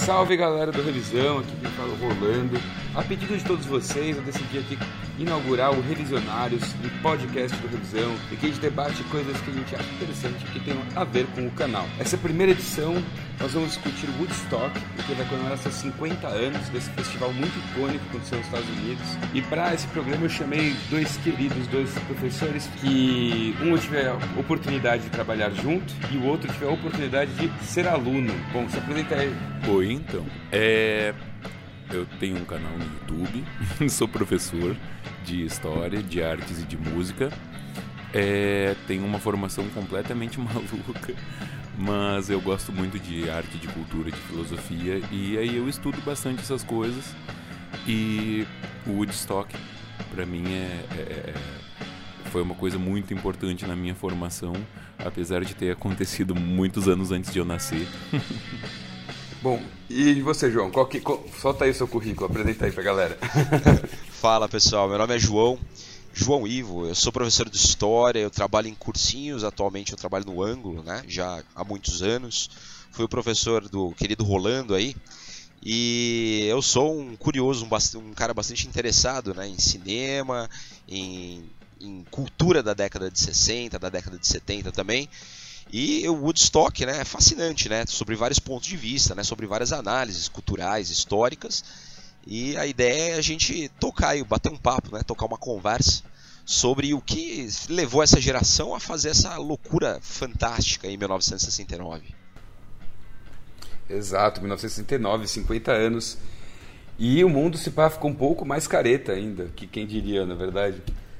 Salve galera do Revisão, aqui quem fala é o Rolando. A pedido de todos vocês, eu decidi aqui inaugurar o Revisionários, um podcast do Revisão, em que a gente debate coisas que a gente acha interessante que tenham a ver com o canal. Essa primeira edição nós vamos discutir o Woodstock, que vai comemorar seus 50 anos desse festival muito icônico que aconteceu nos Estados Unidos. E para esse programa eu chamei dois queridos, dois professores que um eu tive a oportunidade de trabalhar junto e o outro tive a oportunidade de ser aluno. Bom, se apresenta aí. Oi, então. Eu tenho um canal no YouTube, sou professor de História, de Artes e de Música. Tenho uma formação completamente maluca, mas eu gosto muito de arte, de cultura, de filosofia, e aí eu estudo bastante essas coisas. E o Woodstock, para mim, foi uma coisa muito importante na minha formação, apesar de ter acontecido muitos anos antes de eu nascer. Bom, e você, João? Solta aí o seu currículo, apresenta aí pra galera. Fala, pessoal, meu nome é João Ivo, eu sou professor de História, eu trabalho em cursinhos, atualmente eu trabalho no Ângulo, né, já há muitos anos. Fui o professor do querido Rolando aí, e eu sou um curioso, um cara bastante interessado, né, em cinema, em cultura da década de 60, da década de 70 também. E o Woodstock, né, é fascinante, né, sobre vários pontos de vista, né, sobre várias análises culturais, históricas. E a ideia é a gente tocar e bater um papo, né, tocar uma conversa sobre o que levou essa geração a fazer essa loucura fantástica em 1969. Exato, 1969, 50 anos. E o mundo se pá ficou um pouco mais careta ainda, que quem diria, na verdade.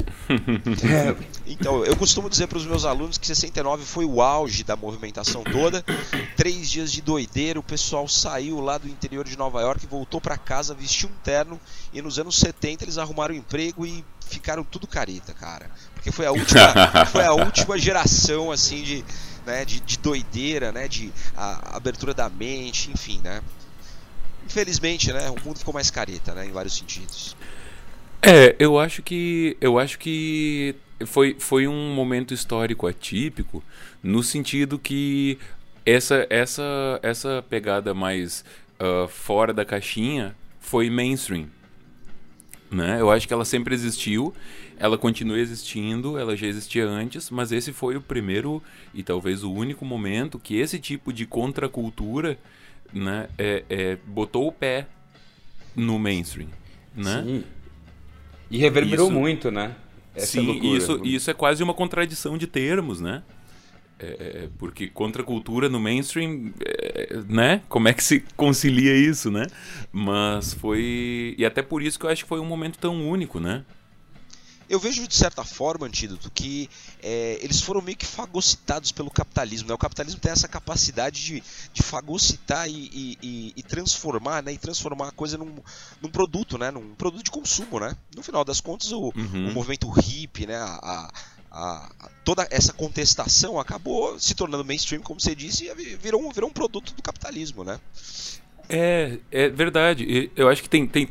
Então, eu costumo dizer para os meus alunos que 69 foi o auge da movimentação toda. 3 dias de doideira, o pessoal saiu lá do interior de Nova York, voltou para casa, vestiu um terno, e nos anos 70 eles arrumaram emprego e ficaram tudo careta, cara. Porque foi a última geração assim de doideira, né, de abertura da mente, enfim, né. Infelizmente, né, o mundo ficou mais careta, né, em vários sentidos. Eu acho que foi um momento histórico atípico, no sentido que essa pegada mais fora da caixinha foi mainstream, né? Eu acho que ela sempre existiu, ela continua existindo, ela já existia antes, mas esse foi o primeiro e talvez o único momento que esse tipo de contracultura, né, botou o pé no mainstream, né? Sim. E reverberou muito, né? Sim, isso é quase uma contradição de termos, né? Porque contracultura no mainstream, né? Como é que se concilia isso, né? Mas foi... E até por isso que eu acho que foi um momento tão único, né? Eu vejo, de certa forma, Antídoto, que eles foram meio que fagocitados pelo capitalismo, né? O capitalismo tem essa capacidade de fagocitar e transformar, né? E transformar a coisa num produto, né? Num produto de consumo, né? No final das contas, o movimento hippie, né? Toda essa contestação acabou se tornando mainstream, como você disse, e virou um produto do capitalismo, né? É verdade. Eu acho que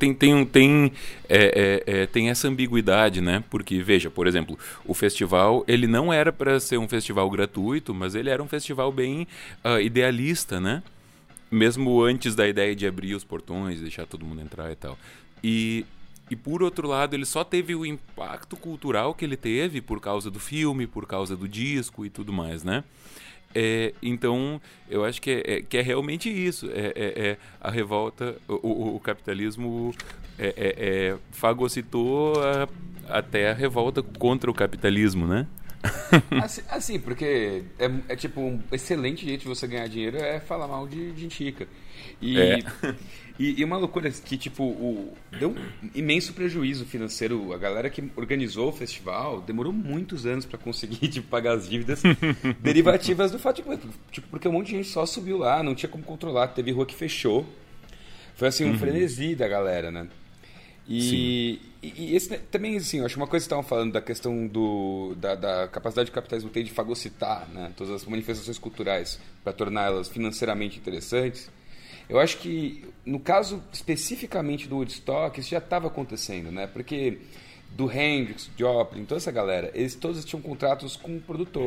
tem essa ambiguidade, né? Porque, veja, por exemplo, o festival, ele não era para ser um festival gratuito, mas ele era um festival bem idealista, né? Mesmo antes da ideia de abrir os portões, deixar todo mundo entrar e tal. E por outro lado, ele só teve o impacto cultural que ele teve por causa do filme, por causa do disco e tudo mais, né? Então, eu acho que é realmente isso. A revolta, o capitalismo fagocitou até a revolta contra o capitalismo, né? Assim, porque é tipo um excelente jeito de você ganhar dinheiro é falar mal de gente rica. E uma loucura que, tipo, deu um imenso prejuízo financeiro. A galera que organizou o festival demorou muitos anos para conseguir, tipo, pagar as dívidas derivativas do fato, tipo, porque um monte de gente só subiu lá, não tinha como controlar, teve rua que fechou. Foi, assim, um frenesi da galera, né? E esse, também, assim, eu acho uma coisa que estavam falando da questão da capacidade que o capitalismo tem de fagocitar, né, todas as manifestações culturais para torná-las financeiramente interessantes. Eu acho que, no caso especificamente do Woodstock, isso já estava acontecendo, né? Porque do Hendrix, Joplin, toda essa galera, eles todos tinham contratos com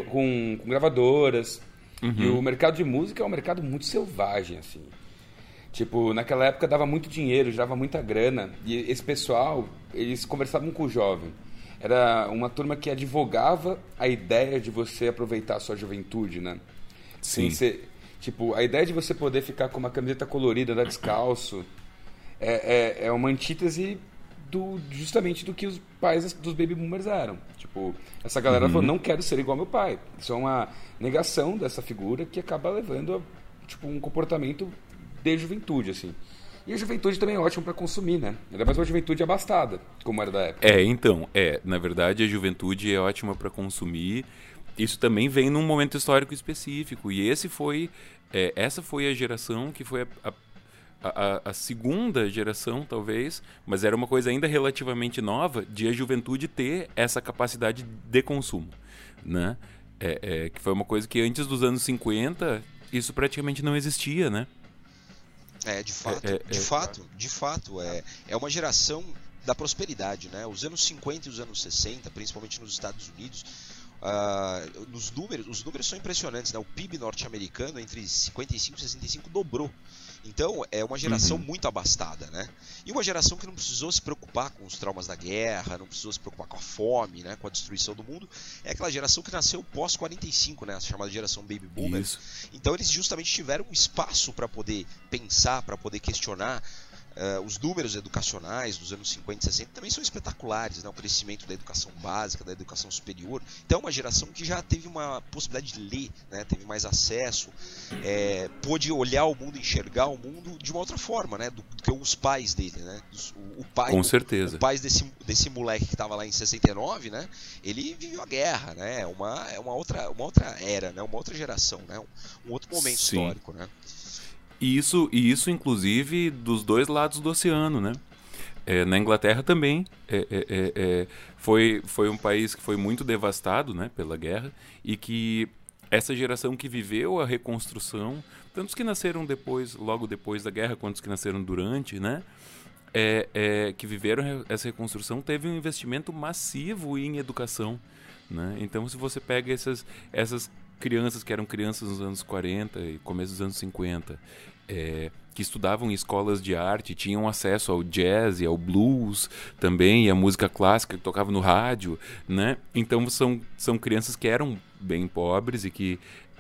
gravadoras. E o mercado de música é um mercado muito selvagem, assim. Tipo, naquela época dava muito dinheiro, dava muita grana. E esse pessoal, eles conversavam com o jovem. Era uma turma que advogava a ideia de você aproveitar a sua juventude, né? Sim. Tipo, a ideia de você poder ficar com uma camiseta colorida, andar descalço, é uma antítese justamente do que os pais dos baby boomers eram. Tipo, essa galera falou, não quero ser igual ao meu pai. Isso é uma negação dessa figura que acaba levando a tipo, um comportamento de juventude, assim. E a juventude também é ótima para consumir, né? Ainda mais uma juventude abastada, como era da época. Na verdade a juventude é ótima para consumir. Isso também vem num momento histórico específico. E essa foi a geração que foi a segunda geração, talvez, mas era uma coisa ainda relativamente nova, de a juventude ter essa capacidade de consumo, né? Que foi uma coisa que antes dos anos 50, isso praticamente não existia, né? De fato, é uma geração da prosperidade, né? Os anos 50 e os anos 60, principalmente nos Estados Unidos, os números são impressionantes, né? O PIB norte-americano entre 55 e 65 dobrou. Então é uma geração muito abastada, né? E uma geração que não precisou se preocupar com os traumas da guerra, não precisou se preocupar com a fome, né? Com a destruição do mundo. É aquela geração que nasceu pós-45, né? A chamada geração Baby Boomer. Isso. Então eles justamente tiveram um espaço para poder pensar, para poder questionar. Os números educacionais dos anos 50 e 60 também são espetaculares, né? O crescimento da educação básica, da educação superior. Então é uma geração que já teve uma possibilidade de ler, né? Teve mais acesso, pôde olhar o mundo, enxergar o mundo de uma outra forma, né? Do que os pais dele, né? Com certeza. O pai desse moleque que estava lá em 69, né? Ele viveu a guerra, né? É uma outra era, né? Uma outra geração, né? Um outro momento histórico, né? E isso, inclusive, dos dois lados do oceano, né? Na Inglaterra também foi um país que foi muito devastado, né, pela guerra, e que essa geração que viveu a reconstrução, tantos que nasceram logo depois da guerra, quanto que nasceram durante, né? Que viveram essa reconstrução, teve um investimento massivo em educação, né? Então, se você pega essas crianças que eram crianças nos anos 40 e começo dos anos 50, que estudavam em escolas de arte, tinham acesso ao jazz e ao blues também, e à música clássica que tocava no rádio, né? Então são crianças que eram bem pobres e que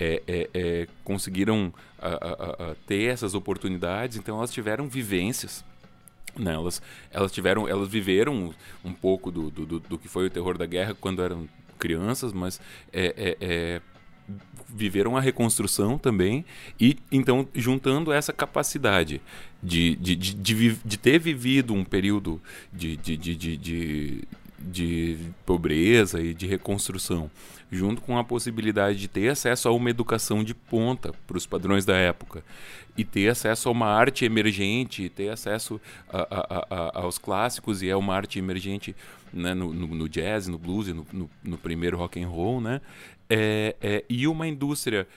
conseguiram ter essas oportunidades, então elas tiveram vivências, né? Elas viveram um pouco do que foi o terror da guerra quando eram crianças, mas viveram a reconstrução também, e então juntando essa capacidade de ter vivido um período de pobreza e de reconstrução, junto com a possibilidade de ter acesso a uma educação de ponta para os padrões da época, e ter acesso a uma arte emergente, ter acesso aos clássicos e a uma arte emergente, né, no jazz, no blues e no primeiro rock and roll, né? E uma indústria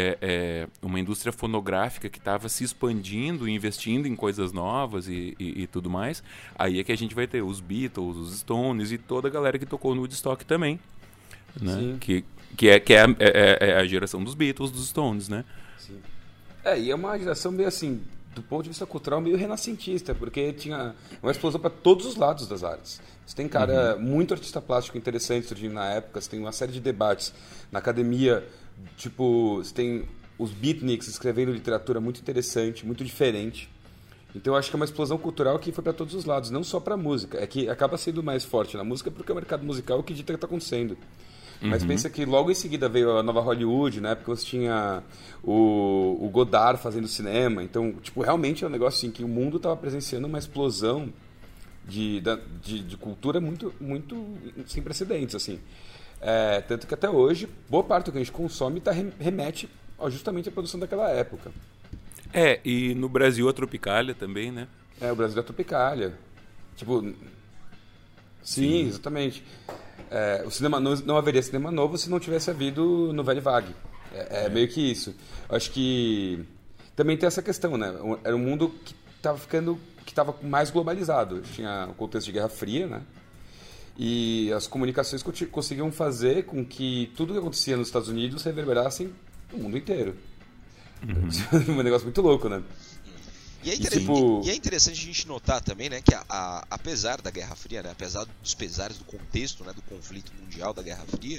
fonográfica que estava se expandindo, investindo em coisas novas e tudo mais. Aí é que a gente vai ter os Beatles, os Stones e toda a galera que tocou no Woodstock também, né? Que é a geração dos Beatles, dos Stones, né? Sim. E é uma geração meio assim, do ponto de vista cultural, meio renascentista, porque tinha uma explosão para todos os lados das artes. Você tem muito artista plástico interessante surgindo na época, você tem uma série de debates na academia, tipo, você tem os beatniks escrevendo literatura muito interessante, muito diferente. Então eu acho que é uma explosão cultural que foi para todos os lados, não só para a música. É que acaba sendo mais forte na música porque o mercado musical é o que dita o que está acontecendo. Mas pensa que logo em seguida veio a nova Hollywood, na época você tinha o Godard fazendo cinema. Então, tipo, realmente é um negócio assim que o mundo estava presenciando uma explosão de cultura muito, muito sem precedentes, assim. Tanto que até hoje, boa parte do que a gente consome remete justamente à produção daquela época. E no Brasil a Tropicália também, né? O Brasil é a Tropicália. Tipo, sim, exatamente. O cinema não haveria cinema novo se não tivesse havido Nouvelle Vague. Meio que isso. Eu acho que também tem essa questão, né? Era um mundo que estava mais globalizado. Tinha o contexto de Guerra Fria, né? E as comunicações conseguiam fazer com que tudo que acontecia nos Estados Unidos reverberassem no mundo inteiro. Um negócio muito louco, né? E é interessante a gente notar também, né, que apesar da Guerra Fria, né, apesar dos pesares do contexto, né, do conflito mundial da Guerra Fria,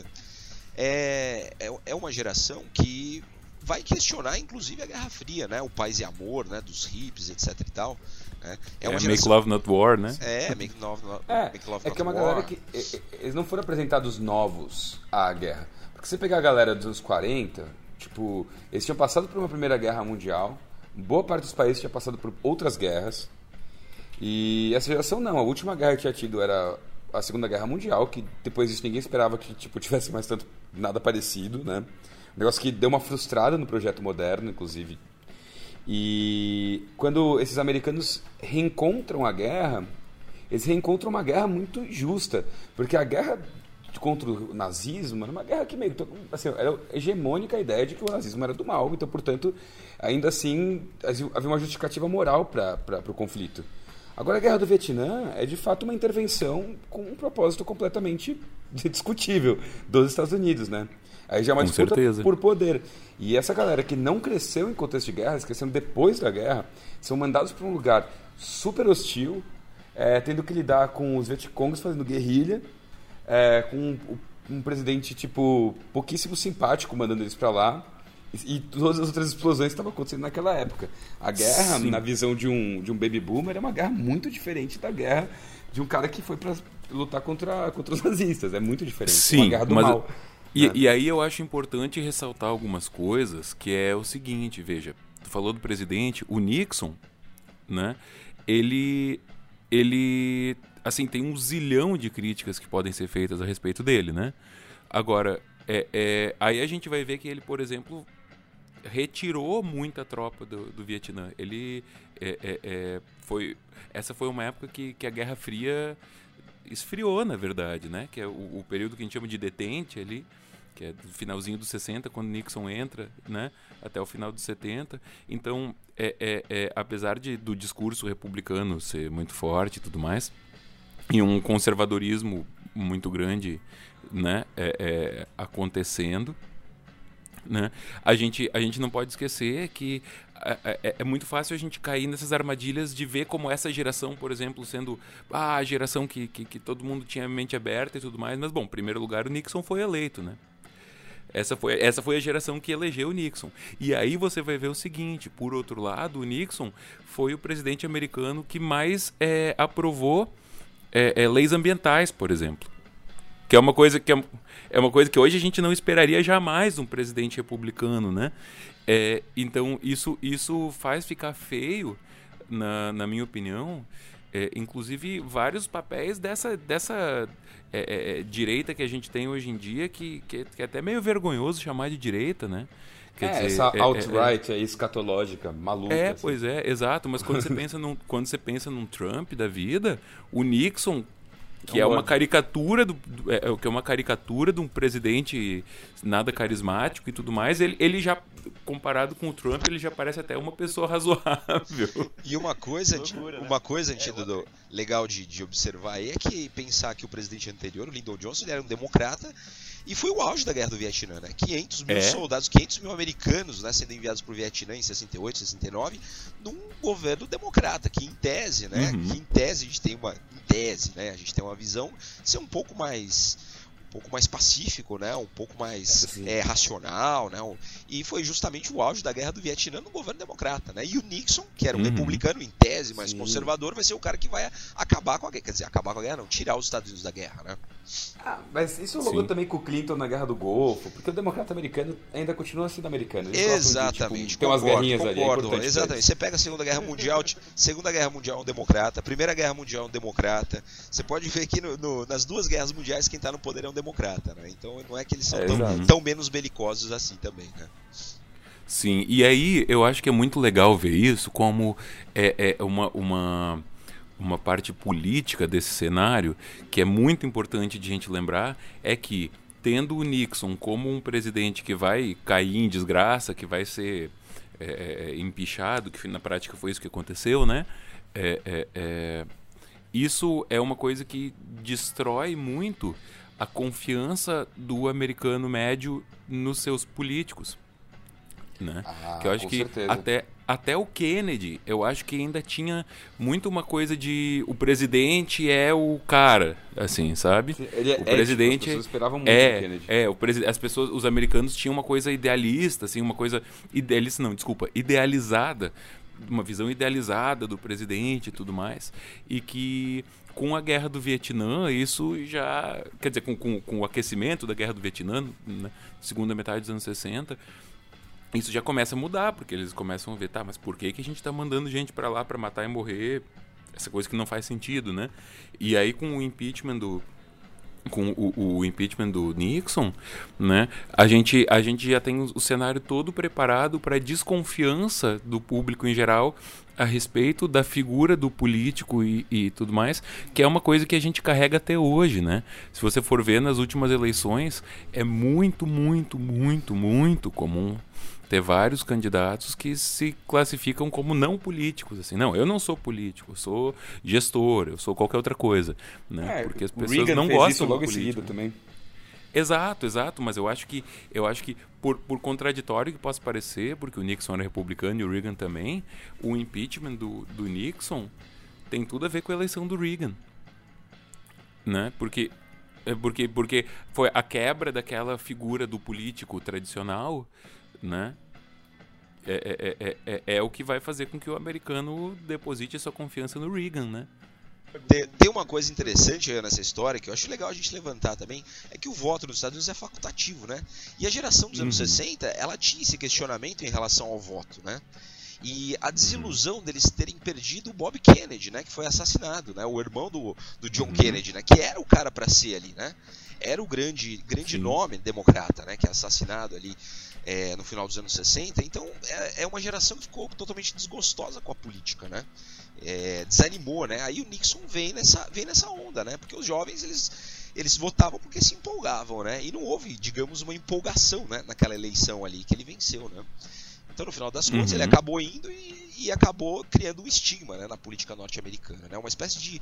é uma geração que vai questionar, inclusive, a Guerra Fria, né, o paz e amor, né, dos hippies, etc e tal. Né? Make Love Not War, né? Make Love Not que é uma galera que eles não foram apresentados novos à guerra. Porque você pegar a galera dos anos 40, tipo, eles tinham passado por uma Primeira Guerra Mundial, boa parte dos países tinha passado por outras guerras, e essa geração não. A última guerra que tinha tido era a Segunda Guerra Mundial, que depois disso ninguém esperava que tipo, tivesse mais tanto nada parecido, né? Um negócio que deu uma frustrada no projeto moderno, inclusive. E quando esses americanos reencontram a guerra, eles reencontram uma guerra muito justa, porque a guerra contra o nazismo era uma guerra que meio assim, era hegemônica a ideia de que o nazismo era do mal, então, portanto, ainda assim havia uma justificativa moral para o conflito. Agora, a Guerra do Vietnã é, de fato, uma intervenção com um propósito completamente discutível dos Estados Unidos, né? Aí já é uma disputa por poder. E essa galera que não cresceu em contexto de guerra, crescendo depois da guerra, são mandados para um lugar super hostil, tendo que lidar com os Vietcongs fazendo guerrilha, com um presidente, tipo, pouquíssimo simpático mandando eles para lá, e todas as outras explosões que estavam acontecendo naquela época. A guerra, na visão de um baby boomer, é uma guerra muito diferente da guerra de um cara que foi para lutar contra os nazistas. É muito diferente. Sim, uma guerra do mal. E aí eu acho importante ressaltar algumas coisas, que é o seguinte, veja, tu falou do presidente, o Nixon, né, ele assim, tem um zilhão de críticas que podem ser feitas a respeito dele, né? Agora, aí a gente vai ver que ele, por exemplo, retirou muita tropa do Vietnã. Ele essa foi uma época que a Guerra Fria esfriou, na verdade, né? Que é o período que a gente chama de detente ali, que é do finalzinho dos 60, quando Nixon entra, né? Até o final dos 70. Então, apesar do discurso republicano ser muito forte e tudo mais, e um conservadorismo muito grande, né? Acontecendo, né? A gente não pode esquecer que é muito fácil a gente cair nessas armadilhas de ver como essa geração, por exemplo, sendo a geração que todo mundo tinha a mente aberta e tudo mais, mas, bom, em primeiro lugar, o Nixon foi eleito, né? Essa foi a geração que elegeu o Nixon. E aí você vai ver o seguinte, por outro lado, o Nixon foi o presidente americano que mais aprovou leis ambientais, por exemplo. Que é uma coisa que hoje a gente não esperaria jamais de um presidente republicano, né? Então, isso faz ficar feio, na minha opinião, inclusive vários papéis dessa direita que a gente tem hoje em dia, que é até meio vergonhoso chamar de direita, né? Quer dizer, essa alt-right escatológica, maluca. Assim. Pois exato, mas quando você pensa num Trump da vida, o Nixon, que é uma caricatura que é uma caricatura de um presidente nada carismático e tudo mais, ele já, comparado com o Trump, ele já parece até uma pessoa razoável. E uma coisa Antídoto, legal de observar aí é que pensar que o presidente anterior, o Lyndon Johnson, ele era um democrata e foi o auge da Guerra do Vietnã, né? 500 mil soldados, 500 mil americanos, né, sendo enviados para o Vietnã em 68, 69, num governo democrata, que em tese, né, a gente tem uma visão de ser um pouco mais pacífico, né? Um pouco mais racional, né? E foi justamente o auge da Guerra do Vietnã no governo democrata, né? E o Nixon, que era um republicano em tese, mais conservador, vai ser o cara que vai acabar com a guerra. Quer dizer, acabar com a guerra não, tirar os Estados Unidos da guerra, né? Mas isso rolou também com o Clinton na Guerra do Golfo, porque o democrata americano ainda continua sendo americano. Exatamente. Tipo, tem umas guerrinhas ali. Exatamente. Você pega a Segunda Guerra Mundial, Segunda Guerra Mundial é um democrata, Primeira Guerra Mundial é um democrata. Você pode ver que nas duas guerras mundiais quem está no poder é um democrata, né? Então não é que eles são tão menos belicosos assim também, né? Sim, e aí eu acho que é muito legal ver isso como uma parte política desse cenário, que é muito importante de a gente lembrar, é que, tendo o Nixon como um presidente que vai cair em desgraça, que vai ser empichado, que na prática foi isso que aconteceu, né? Isso é uma coisa que destrói muito a confiança do americano médio nos seus políticos, né? Que eu acho que até o Kennedy, eu acho que ainda tinha muito uma coisa de o presidente é o cara, assim, sabe? Ele é o presidente, as pessoas esperavam muito do Kennedy. As pessoas, os americanos tinham uma coisa idealista, assim, uma coisa idealizada, uma visão idealizada do presidente e tudo mais, e que com a guerra do Vietnã, isso já, quer dizer, com o aquecimento da guerra do Vietnã, né, segunda metade dos anos 60, isso já começa a mudar, porque eles começam a ver, tá, mas por que a gente tá mandando gente para lá para matar e morrer? Essa coisa que não faz sentido, né? E aí com o impeachment o impeachment do Nixon, né? A gente já tem o cenário todo preparado para a desconfiança do público em geral a respeito da figura do político e tudo mais, que é uma coisa que a gente carrega até hoje, né? Se você for ver nas últimas eleições, é muito, muito, muito, muito comum ter vários candidatos que se classificam como não políticos, assim, não, eu não sou político, eu sou gestor, eu sou qualquer outra coisa, né? Porque as pessoas Reagan não fez gostam isso do logo em político. seguida também. Exato, mas eu acho que por contraditório que possa parecer, porque o Nixon era republicano e o Reagan também, o impeachment do Nixon tem tudo a ver com a eleição do Reagan, né? Porque foi a quebra daquela figura do político tradicional, né? É o que vai fazer com que o americano deposite sua confiança no Reagan, né? Tem uma coisa interessante aí nessa história que eu acho legal a gente levantar também, é que o voto nos Estados Unidos é facultativo, né? E a geração dos anos 60, ela tinha esse questionamento em relação ao voto, né? E a desilusão deles terem perdido o Bob Kennedy, né? Que foi assassinado, né? O irmão do John Kennedy, né? Que era o cara para ser ali, né? Era o grande nome democrata, né? Que é assassinado ali no final dos anos 60. Então é uma geração que ficou totalmente desgostosa com a política, né? Desanimou, né? Aí o Nixon vem nessa onda, né? Porque os jovens eles votavam porque se empolgavam, né? E não houve, digamos, uma empolgação, né? Naquela eleição ali que ele venceu, né? Então, no final das contas, ele acabou indo e acabou criando um estigma, né, na política norte-americana, né? Uma espécie de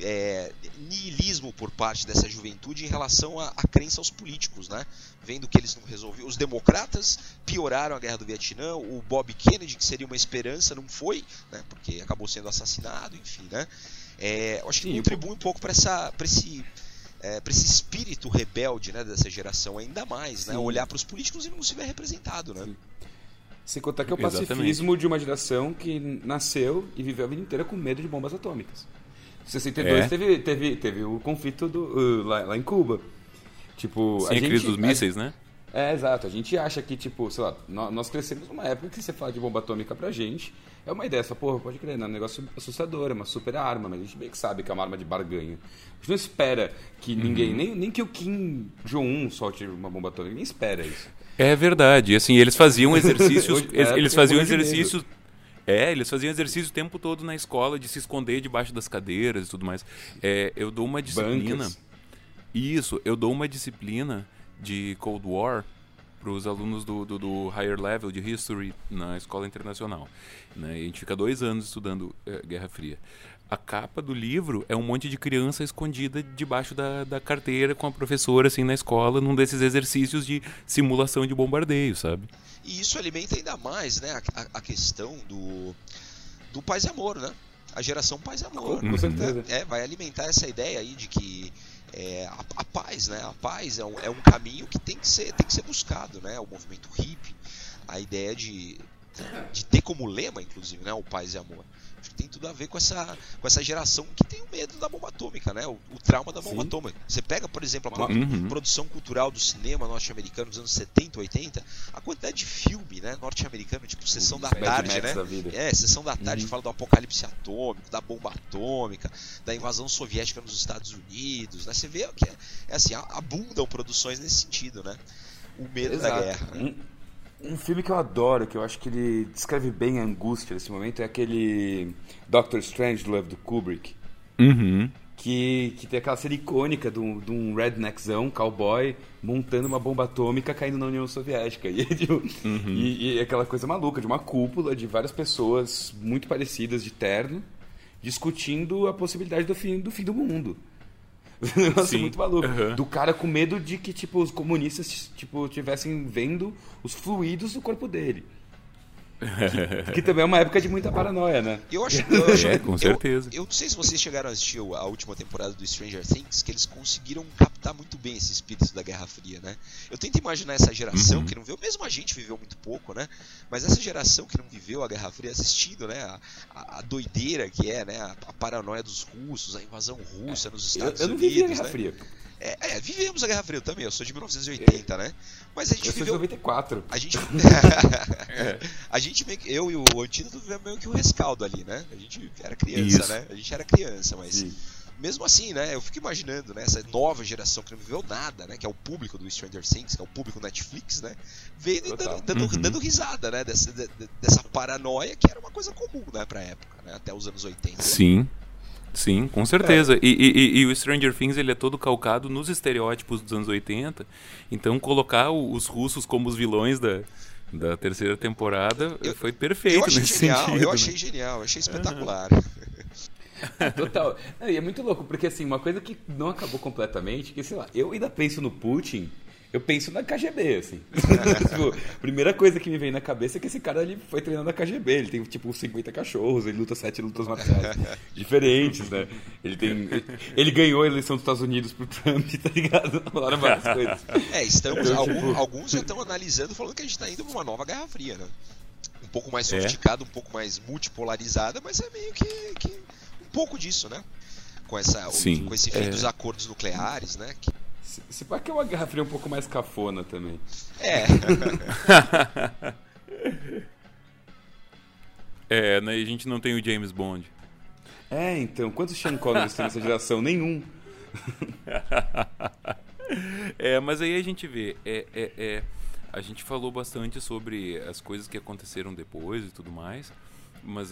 niilismo por parte dessa juventude em relação à crença aos políticos, né? Vendo que eles não resolviam. Os democratas pioraram a guerra do Vietnã, o Bob Kennedy, que seria uma esperança, não foi, né? Porque acabou sendo assassinado, enfim, né? Eu acho que contribui um pouco para esse espírito rebelde, né, dessa geração, ainda mais, né? Olhar para os políticos e não se ver representado, né? Sem contar que é o pacifismo de uma geração que nasceu e viveu a vida inteira com medo de bombas atômicas. Em 62 teve o conflito lá em Cuba. Tipo, sem a crise dos mísseis, né? Exato. A gente acha que, tipo, sei lá, nós crescemos numa época que você fala de bomba atômica pra gente, é uma ideia, só, porra, pode crer, é um negócio assustador, é uma super arma, mas a gente bem que sabe que é uma arma de barganha. A gente não espera que ninguém, nem que o Kim Jong-un solte uma bomba atômica, ninguém espera isso. É verdade, assim, eles faziam exercícios, eles faziam exercícios o tempo todo na escola de se esconder debaixo das cadeiras e tudo mais. Eu dou uma disciplina. Eu dou uma disciplina de Cold War para os alunos do Higher Level de History na escola internacional, né? E a gente fica 2 anos estudando Guerra Fria. A capa do livro é um monte de criança escondida debaixo da carteira com a professora, assim, na escola, num desses exercícios de simulação de bombardeio, sabe? E isso alimenta ainda mais, né, a questão do paz e amor, né? A geração paz e amor. Com certeza. Vai alimentar essa ideia aí de que a paz, né? A paz é um caminho que tem que ser buscado, né? O movimento hippie, a ideia de ter como lema, inclusive, né, o paz e amor. Acho que tem tudo a ver com essa geração que tem o medo da bomba atômica, né? O trauma da bomba atômica. Você pega, por exemplo, a produção cultural do cinema norte-americano dos anos 70, 80, a quantidade de filme, né, norte-americano, tipo Sessão da Tarde, né? Sessão da Tarde, fala do apocalipse atômico, da bomba atômica, da invasão soviética nos Estados Unidos, né? Você vê que assim, abundam produções nesse sentido, né? O medo da guerra, né? Um filme que eu adoro, que eu acho que ele descreve bem a angústia desse momento, é aquele Doctor Strangelove do Kubrick. Que tem aquela cena icônica de um redneckzão, cowboy, montando uma bomba atômica caindo na União Soviética. E aquela coisa maluca, de uma cúpula de várias pessoas muito parecidas de terno, discutindo a possibilidade do fim do mundo. Nossa, muito maluco. Do cara com medo de que, tipo, os comunistas, tipo, tivessem vendo os fluidos do corpo dele. Que também é uma época de muita paranoia, né? Eu acho, com certeza. Eu não sei se vocês chegaram a assistir a última temporada do Stranger Things, que eles conseguiram captar muito bem esse espírito da Guerra Fria, né? Eu tento imaginar essa geração que não viveu, mesmo a gente viveu muito pouco, né? Mas essa geração que não viveu a Guerra Fria assistindo, né? A doideira que é, né? A paranoia dos russos, a invasão russa nos Estados Unidos. Eu não vivi a Guerra Fria. Vivemos a Guerra Fria também, eu sou de 1980, né? Mas a gente eu viveu... sou de 94. Eu e o Antídoto vivemos meio que o rescaldo ali, né? A gente era criança, né? A gente era criança, mas... Sim. Mesmo assim, né? Eu fico imaginando, né? Essa nova geração que não viveu nada, né? Que é o público do Stranger Things, que é o público Netflix, né? Veio dando risada, né? Dessa paranoia que era uma coisa comum, né? Pra época, né? Até os anos 80. Sim, com certeza. E o Stranger Things, ele é todo calcado nos estereótipos dos anos 80. Então, colocar os russos como os vilões da terceira temporada foi perfeito nesse sentido. Eu achei genial, eu achei espetacular. Total. E é muito louco, porque assim, uma coisa que não acabou completamente, que sei lá, eu ainda penso no Putin, eu penso na KGB, assim. Tipo, a primeira coisa que me vem na cabeça é que esse cara ele foi treinando na KGB. Ele tem, tipo, 50 cachorros, ele luta 7 lutas marciais diferentes, né? Ele ganhou a eleição dos Estados Unidos pro Trump, tá ligado? Falaram várias coisas. Alguns já estão analisando, falando que a gente tá indo pra uma nova Guerra Fria, né? Um pouco mais sofisticada, um pouco mais multipolarizada, mas é meio que um pouco disso, né? Com esse fim dos acordos nucleares, né? Se pá que é uma Guerra Fria um pouco mais cafona também. Né, a gente não tem o James Bond. Então, quantos Sean Connery tem nessa geração? Nenhum. Mas aí a gente vê, a gente falou bastante sobre as coisas que aconteceram depois e tudo mais, mas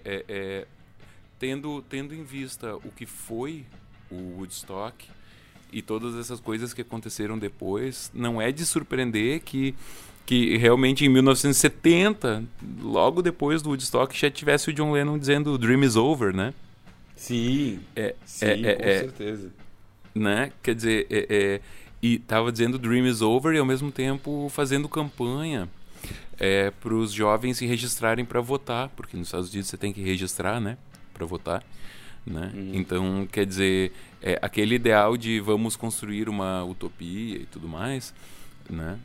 tendo em vista o que foi o Woodstock e todas essas coisas que aconteceram depois, não é de surpreender que realmente em 1970, logo depois do Woodstock, já tivesse o John Lennon dizendo "Dream is over", né? Sim, com certeza. Né? Quer dizer, e estava dizendo "Dream is over" e ao mesmo tempo fazendo campanha para os jovens se registrarem para votar, porque nos Estados Unidos você tem que registrar, né, para votar. Né? Então, quer dizer, aquele ideal de vamos construir uma utopia e tudo mais, né?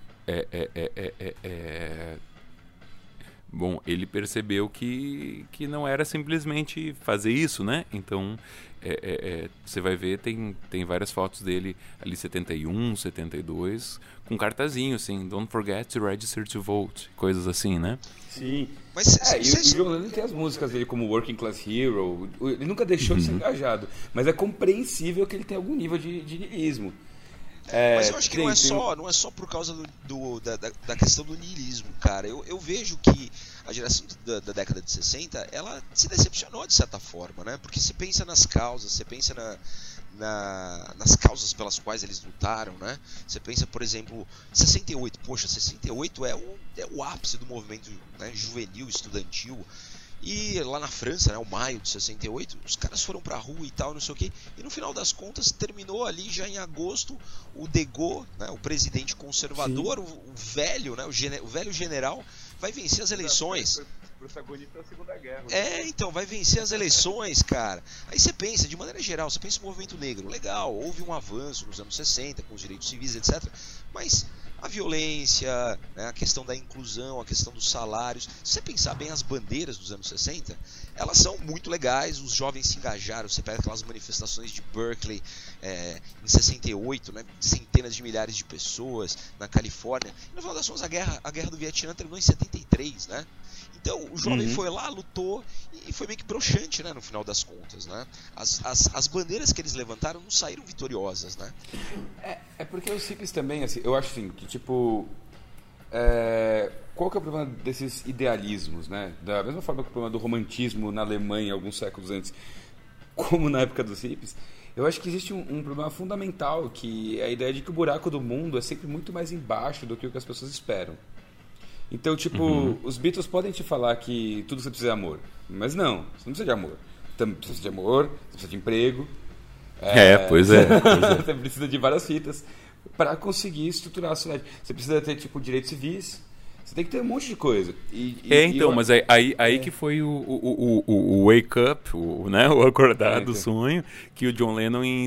Bom, ele percebeu que não era simplesmente fazer isso, né? Então, você vai ver, tem várias fotos dele ali, 71, 72, com cartazinho, assim, "Don't forget to register to vote", coisas assim, né? Sim. Mas o John Lennon tem as músicas dele como Working Class Hero, ele nunca deixou de ser engajado, mas é compreensível que ele tem algum nível de niilismo. Mas eu acho que não é só por causa da questão do niilismo, cara. Eu vejo que a geração da década de 60, ela se decepcionou de certa forma, né? Porque você pensa nas causas, você pensa nas causas pelas quais eles lutaram, né? Você pensa, por exemplo, 68. Poxa, 68 é o ápice do movimento, né, juvenil, estudantil. E lá na França, né, o maio de 68, os caras foram pra rua e tal, não sei o quê. E no final das contas, terminou ali já em agosto, o de Gaulle, né, o presidente conservador, o velho, né, o velho general, vai vencer as eleições. Protagonista da Segunda Guerra. Então, vai vencer as eleições, cara. Aí você pensa, de maneira geral, você pensa no movimento negro. Legal, houve um avanço nos anos 60, com os direitos civis, etc. Mas a violência, né, a questão da inclusão, a questão dos salários. Se você pensar bem, as bandeiras dos anos 60, elas são muito legais, os jovens se engajaram. Você pega aquelas manifestações de Berkeley em 68, né, centenas de milhares de pessoas na Califórnia. E no final das contas, a guerra do Vietnã terminou em 73, né? Então o jovem foi lá, lutou e foi meio que broxante, né, no final das contas, né? As bandeiras que eles levantaram não saíram vitoriosas, né? É porque os hippies também, assim, eu acho assim, que tipo... qual que é o problema desses idealismos, né? Da mesma forma que o problema do romantismo na Alemanha alguns séculos antes, como na época dos hippies, eu acho que existe um problema fundamental, que é a ideia de que o buraco do mundo é sempre muito mais embaixo do que o que as pessoas esperam. Então, tipo, os Beatles podem te falar que tudo você precisa é amor, mas não, você não precisa de amor. Você precisa de amor, você precisa de emprego. Pois é. Você precisa de várias fitas para conseguir estruturar a sociedade. Você precisa ter, tipo, direitos civis, Você tem que ter um monte de coisa. Mas aí que foi o wake up, né? O acordar do sonho, que o John Lennon em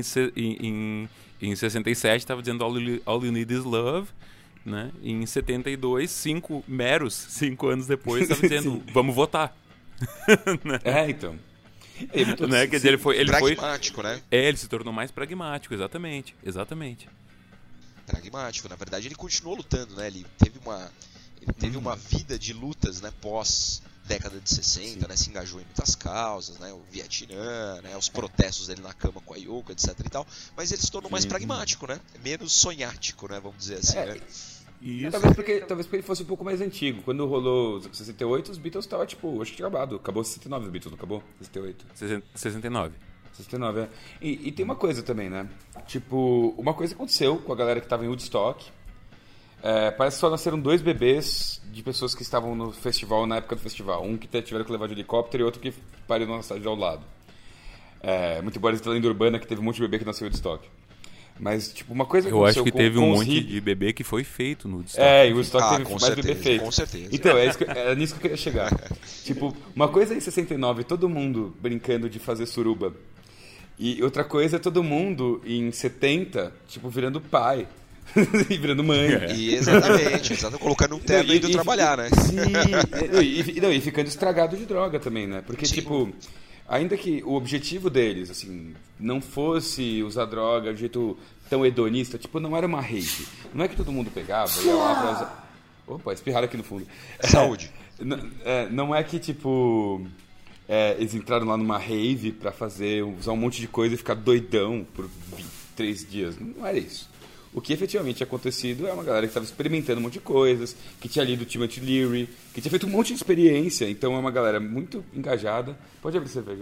67 estava dizendo All You Need Is Love, né? E em 72, 5 anos depois, estava dizendo vamos votar. Né? Então. Né? Quer dizer, ele pragmático, né? Ele se tornou mais pragmático, exatamente. Pragmático, na verdade ele continuou lutando, né? Ele teve uma vida de lutas, né? Pós década de 60, né? Se engajou em muitas causas, né? O Vietnã, né? Os protestos dele na cama com a Yoko, etc e tal. Mas ele se tornou mais pragmático, né? Menos sonhático, né? Vamos dizer assim, né? Isso. Talvez porque ele fosse um pouco mais antigo. Quando rolou 68, os Beatles estavam, tipo, acho que acabado. Acabou 69 os Beatles, não acabou? 68. 69. 69, é. E tem uma coisa também, né? Tipo, uma coisa aconteceu com a galera que estava em Woodstock. Parece que só nasceram 2 bebês de pessoas que estavam no festival, na época do festival. Um que tiveram que levar de helicóptero e outro que pariu na cidade ao lado. Muito embora exista a lenda urbana que teve um monte de bebê que nasceu em Woodstock. Mas, tipo, uma coisa que aconteceu. Eu acho que teve um monte de bebê que foi feito no Woodstock. E o Woodstock teve mais bebê feito. Com certeza. Então, é nisso que eu queria chegar. Tipo, uma coisa em 69, todo mundo brincando de fazer suruba. E outra coisa é todo mundo em 70, tipo, virando pai. E virando mãe. Exatamente. Colocando um terno e indo trabalhar, né? Sim. E ficando estragado de droga também, né? Porque, tipo, ainda que o objetivo deles, assim, não fosse usar droga de jeito tão hedonista, tipo, não era uma rave. Não é que todo mundo pegava e ia lá pra usar... Opa, espirraram aqui no fundo. Saúde. Não é que, tipo... eles entraram lá numa rave pra usar um monte de coisa e ficar doidão por 3 dias. Não era isso. O que efetivamente tinha acontecido é uma galera que estava experimentando um monte de coisas, que tinha lido Timothy Leary, que tinha feito um monte de experiência. Então é uma galera muito engajada. Pode abrir cerveja.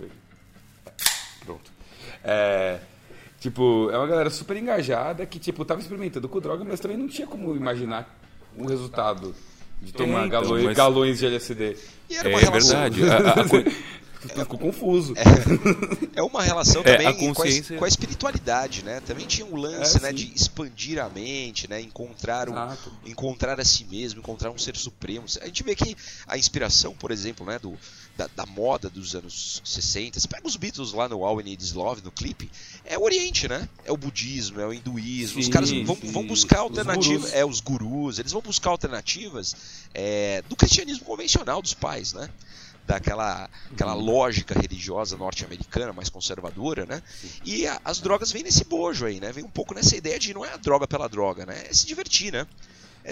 Pronto. Tipo, é uma galera super engajada que, tipo, tava experimentando com droga, mas também não tinha como imaginar um resultado de tomar galões de LSD. E era uma relação... verdade. Ficou confuso. É uma relação também a consciência... com a espiritualidade, né? Também tinha um lance, né, de expandir a mente, né? Encontrar a si mesmo, encontrar um ser supremo. A gente vê que a inspiração, por exemplo, né, da moda dos anos 60, você pega os Beatles lá no All We Need Is Love, no clipe, é o Oriente, né? É o budismo, é o hinduísmo. Os caras vão buscar alternativas. Os gurus, eles vão buscar alternativas do cristianismo convencional dos pais, né? Daquela lógica religiosa norte-americana, mais conservadora, né? E as drogas vêm nesse bojo aí, né? Vem um pouco nessa ideia de não é a droga pela droga, né? É se divertir, né? Aí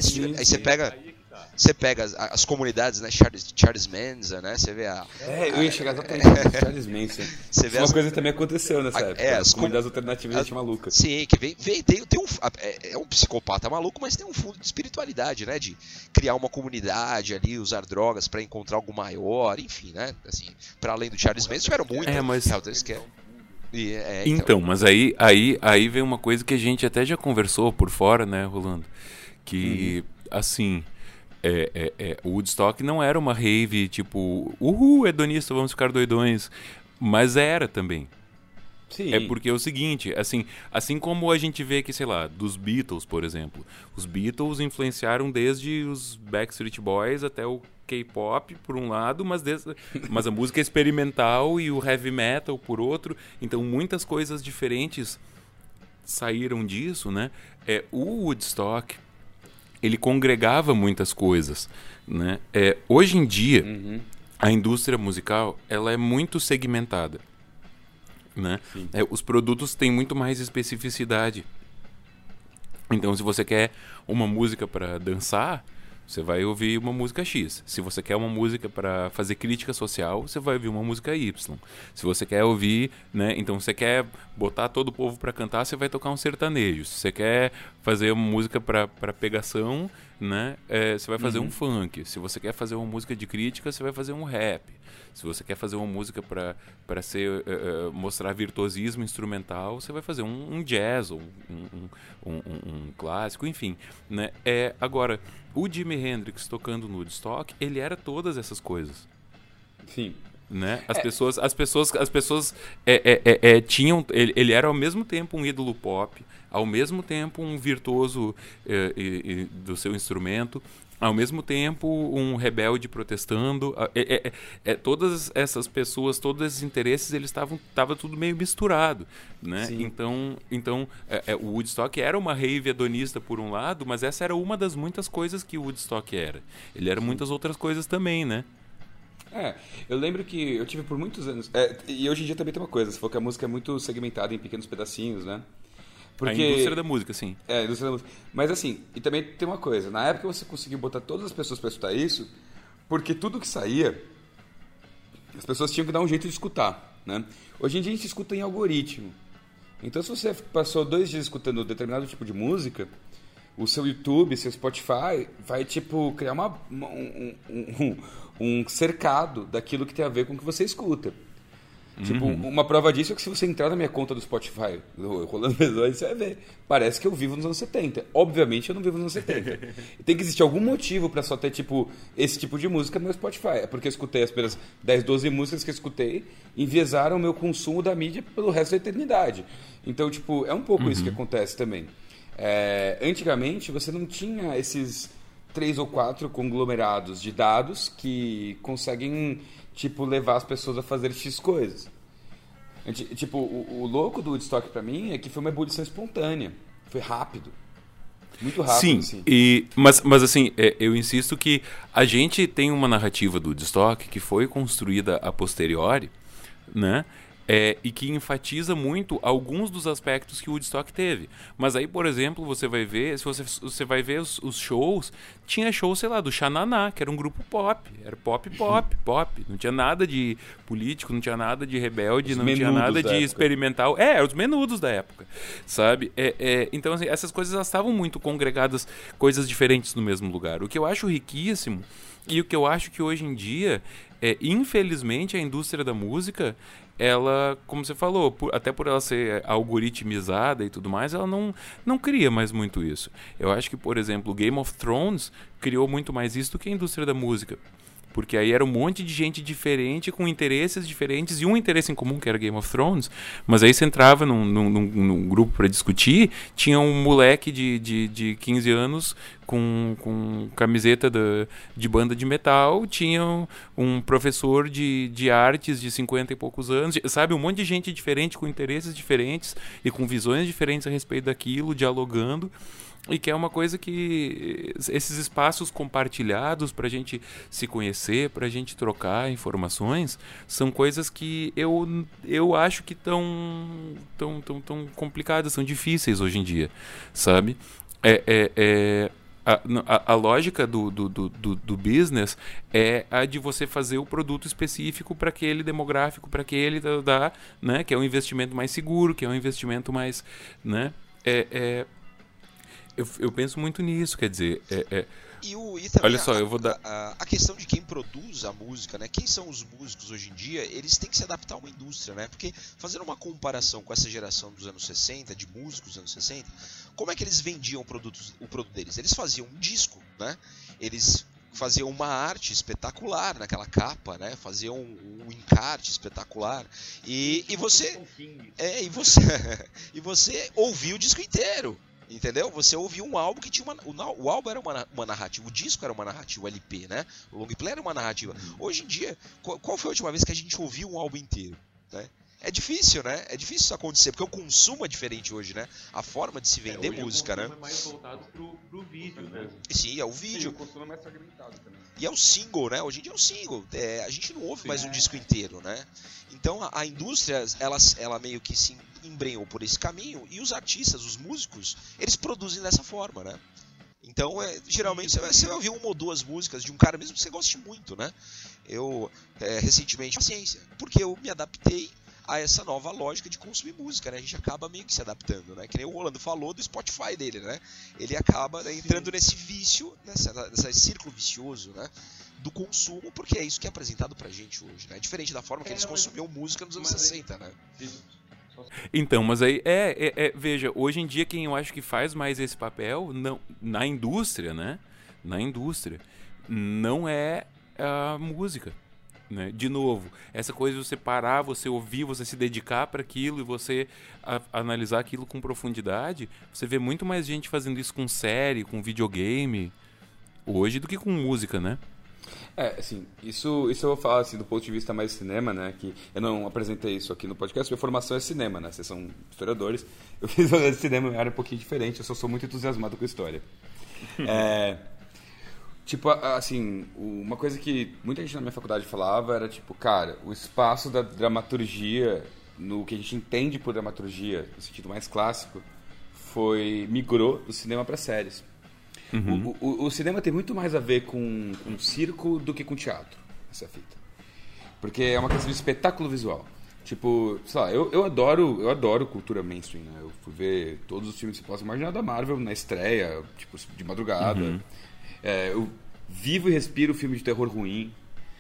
você pega as comunidades, né? Charles Manson, né? Você vê eu ia chegar exatamente no Charles Manson. Você vê uma coisa também aconteceu nessa época. As comunidades alternativas gente maluca. Sim, que é um psicopata maluco, mas tem um fundo de espiritualidade, né? De criar uma comunidade ali, usar drogas para encontrar algo maior, enfim, né? Assim, para além do Charles Manson, tiveram muito. Então, mas aí vem uma coisa que a gente até já conversou por fora, né, Rolando? Que, assim... o Woodstock não era uma rave tipo, hedonista, vamos ficar doidões, mas era também. Sim. É porque é o seguinte, assim como a gente vê que, sei lá, dos Beatles, por exemplo, os Beatles influenciaram desde os Backstreet Boys até o K-pop por um lado, mas a música experimental e o heavy metal por outro, então muitas coisas diferentes saíram disso, né? O Woodstock, ele congregava muitas coisas, né? Hoje em dia, a indústria musical ela é muito segmentada, né? Os produtos têm muito mais especificidade. Então, se você quer uma música para dançar, você vai ouvir uma música X. Se você quer uma música para fazer crítica social, você vai ouvir uma música Y. Se você quer ouvir, né, então você quer botar todo o povo para cantar, você vai tocar um sertanejo. Se você quer fazer uma música para pegação, né, você vai fazer um funk. Se você quer fazer uma música de crítica, você vai fazer um rap. Se você quer fazer uma música para mostrar virtuosismo instrumental, você vai fazer um jazz, ou um clássico, enfim, né? Agora, o Jimi Hendrix tocando no Woodstock, ele era todas essas coisas. Sim. né? As pessoas tinham, ele era ao mesmo tempo um ídolo pop, ao mesmo tempo um virtuoso do seu instrumento, ao mesmo tempo um rebelde protestando. Todas essas pessoas, todos esses interesses, eles tava tudo meio misturado, né? Sim. Então o Woodstock era uma rave hedonista por um lado, mas essa era uma das muitas coisas que o Woodstock era. Ele era muitas outras coisas também, né? Eu lembro que eu tive por muitos anos... e hoje em dia também tem uma coisa, você falou que a música é muito segmentada em pequenos pedacinhos, né? Porque... A indústria da música, sim. A indústria da música. Mas assim, e também tem uma coisa, na época você conseguiu botar todas as pessoas para escutar isso, porque tudo que saía, as pessoas tinham que dar um jeito de escutar, né? Hoje em dia a gente escuta em algoritmo. Então se você passou 2 dias escutando determinado tipo de música, o seu YouTube, seu Spotify vai tipo criar um cercado daquilo que tem a ver com o que você escuta. Tipo, uma prova disso é que se você entrar na minha conta do Spotify, Rolando Mesões, você vai ver. Parece que eu vivo nos anos 70. Obviamente eu não vivo nos anos 70. Tem que existir algum motivo pra só ter, tipo, esse tipo de música no meu Spotify. É porque eu escutei as primeiras 10, 12 músicas que eu escutei, enviesaram o meu consumo da mídia pelo resto da eternidade. Então, tipo, é um pouco isso que acontece também. Antigamente, você não tinha esses 3 ou 4 conglomerados de dados que conseguem... tipo, levar as pessoas a fazer X coisas. Tipo, o louco do Woodstock pra mim é que foi uma ebulição espontânea. Foi rápido. Muito rápido, sim, assim. Mas assim, eu insisto que a gente tem uma narrativa do Woodstock que foi construída a posteriori, né? E que enfatiza muito alguns dos aspectos que o Woodstock teve. Mas aí, por exemplo, você vai ver, se você vai ver os shows, tinha show, sei lá, do Xananá, que era um grupo pop. Era pop. Não tinha nada de político, não tinha nada de rebelde, não tinha nada de experimental. Os menudos da época, sabe? Então, assim, essas coisas elas estavam muito congregadas, coisas diferentes no mesmo lugar. O que eu acho riquíssimo e o que eu acho que hoje em dia, infelizmente, a indústria da música... ela, como você falou, até por ela ser algoritmizada e tudo mais, ela não cria mais muito isso. Eu acho que, por exemplo, Game of Thrones criou muito mais isso do que a indústria da música. Porque aí era um monte de gente diferente, com interesses diferentes, e um interesse em comum, que era Game of Thrones. Mas aí você entrava num grupo para discutir, tinha um moleque de 15 anos com camiseta de banda de metal, tinha um professor de artes de 50 e poucos anos, sabe? Um monte de gente diferente, com interesses diferentes e com visões diferentes a respeito daquilo, dialogando. E que é uma coisa que esses espaços compartilhados para a gente se conhecer, para a gente trocar informações, são coisas que eu acho que tão complicadas, são difíceis hoje em dia, sabe? A lógica do business é a de você fazer o produto específico para aquele demográfico, para aquele, né? Que é um investimento mais seguro, que é um investimento mais... né? Eu penso muito nisso, quer dizer... E também olha só, eu vou dar... a questão de quem produz a música, né? Quem são os músicos hoje em dia, eles têm que se adaptar a uma indústria, né? Porque fazendo uma comparação com essa geração dos anos 60, de músicos dos anos 60, como é que eles vendiam o produto deles? Eles faziam um disco, né? Eles faziam uma arte espetacular naquela capa, né? Faziam um encarte espetacular e você ouvia o disco inteiro. Entendeu? Você ouvia um álbum que tinha o álbum era uma narrativa, o disco era uma narrativa, o LP, né? O long play era uma narrativa. Hoje em dia, qual foi a última vez que a gente ouviu um álbum inteiro, né? É difícil, né? É difícil isso acontecer, porque o consumo é diferente hoje, né? A forma de se vender música, né? O consumo é mais voltado pro vídeo, né? Sim, é o vídeo. Sim, o consumo é mais fragmentado também. E é o single, né? Hoje em dia é o single. A gente não ouve mais um disco inteiro, né? Então a indústria, ela meio que se embrenhou por esse caminho, e os artistas, os músicos, eles produzem dessa forma, né? Então, geralmente você vai ouvir 1 ou 2 músicas de um cara mesmo que você goste muito, né? Eu, recentemente, paciência, porque eu me adaptei a essa nova lógica de consumir música, né? A gente acaba meio que se adaptando, né? Que nem o Rolando falou do Spotify dele, né? Ele acaba, né, entrando nesse vício, nesse círculo vicioso, né? Do consumo, porque é isso que é apresentado pra gente hoje, né? Diferente da forma que eles consumiam música nos anos 60, né? Então, mas aí, veja, hoje em dia quem eu acho que faz mais esse papel, não, na indústria, né? Na indústria, não é a música. né? De novo, essa coisa de você parar, você ouvir, você se dedicar para aquilo e você analisar aquilo com profundidade, você vê muito mais gente fazendo isso com série, com videogame, hoje, do que com música, né? Assim, isso eu vou falar assim, do ponto de vista mais cinema, né? Que eu não apresentei isso aqui no podcast, minha formação é cinema, né? Vocês são historiadores. Eu fiz cinema em uma área um pouquinho diferente, eu só sou muito entusiasmado com história. Tipo, assim, uma coisa que muita gente na minha faculdade falava era, tipo, cara, o espaço da dramaturgia, no que a gente entende por dramaturgia, no sentido mais clássico, migrou do cinema para séries. Uhum. O cinema tem muito mais a ver com circo do que com teatro, essa é a fita. Porque é uma questão de espetáculo visual. Tipo, sei lá, eu adoro cultura mainstream, né? Eu fui ver todos os filmes que você possa imaginar da Marvel na estreia, tipo, de madrugada. Uhum. Eu vivo e respiro filme de terror ruim.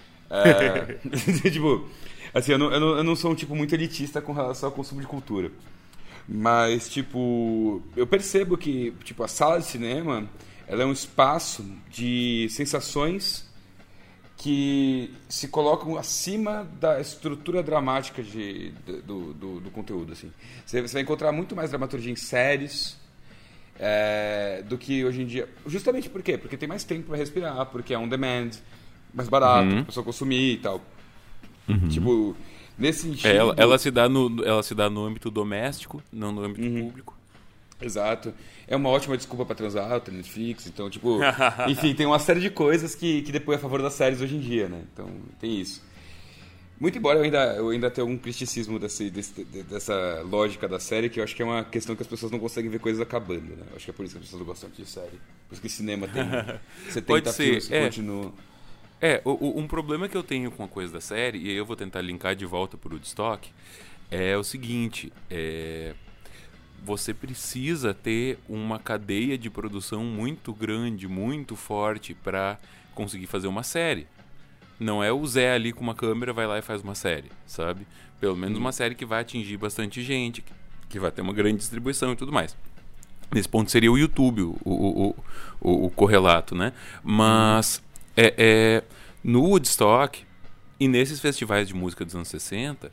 Tipo, assim, eu não sou um tipo muito elitista com relação ao consumo de cultura. Mas, tipo, eu percebo que, tipo, a sala de cinema, ela é um espaço de sensações que se colocam acima da estrutura dramática do conteúdo, assim. Você vai encontrar muito mais dramaturgia em séries do que hoje em dia. Justamente por quê? Porque tem mais tempo para respirar, porque é on demand, mais barato, para a pessoa consumir e tal. Tipo, nesse sentido... Ela se dá no âmbito doméstico, não no âmbito público. Exato. É uma ótima desculpa pra transar, o Netflix, então, tipo... enfim, tem uma série de coisas que depois é a favor das séries hoje em dia, né? Então, tem isso. Muito embora eu ainda tenha algum criticismo dessa lógica da série, que eu acho que é uma questão que as pessoas não conseguem ver coisas acabando, né? Eu acho que é por isso que as pessoas não gostam de série. Por isso que cinema tem 70 filmes que continuam... Um problema que eu tenho com a coisa da série, e aí eu vou tentar linkar de volta pro Woodstock, é o seguinte, você precisa ter uma cadeia de produção muito grande, muito forte para conseguir fazer uma série. Não é o Zé ali com uma câmera vai lá e faz uma série, sabe? Pelo menos uma série que vai atingir bastante gente, que vai ter uma grande distribuição e tudo mais. Nesse ponto seria o YouTube, o correlato, né? Mas no Woodstock e nesses festivais de música dos anos 60,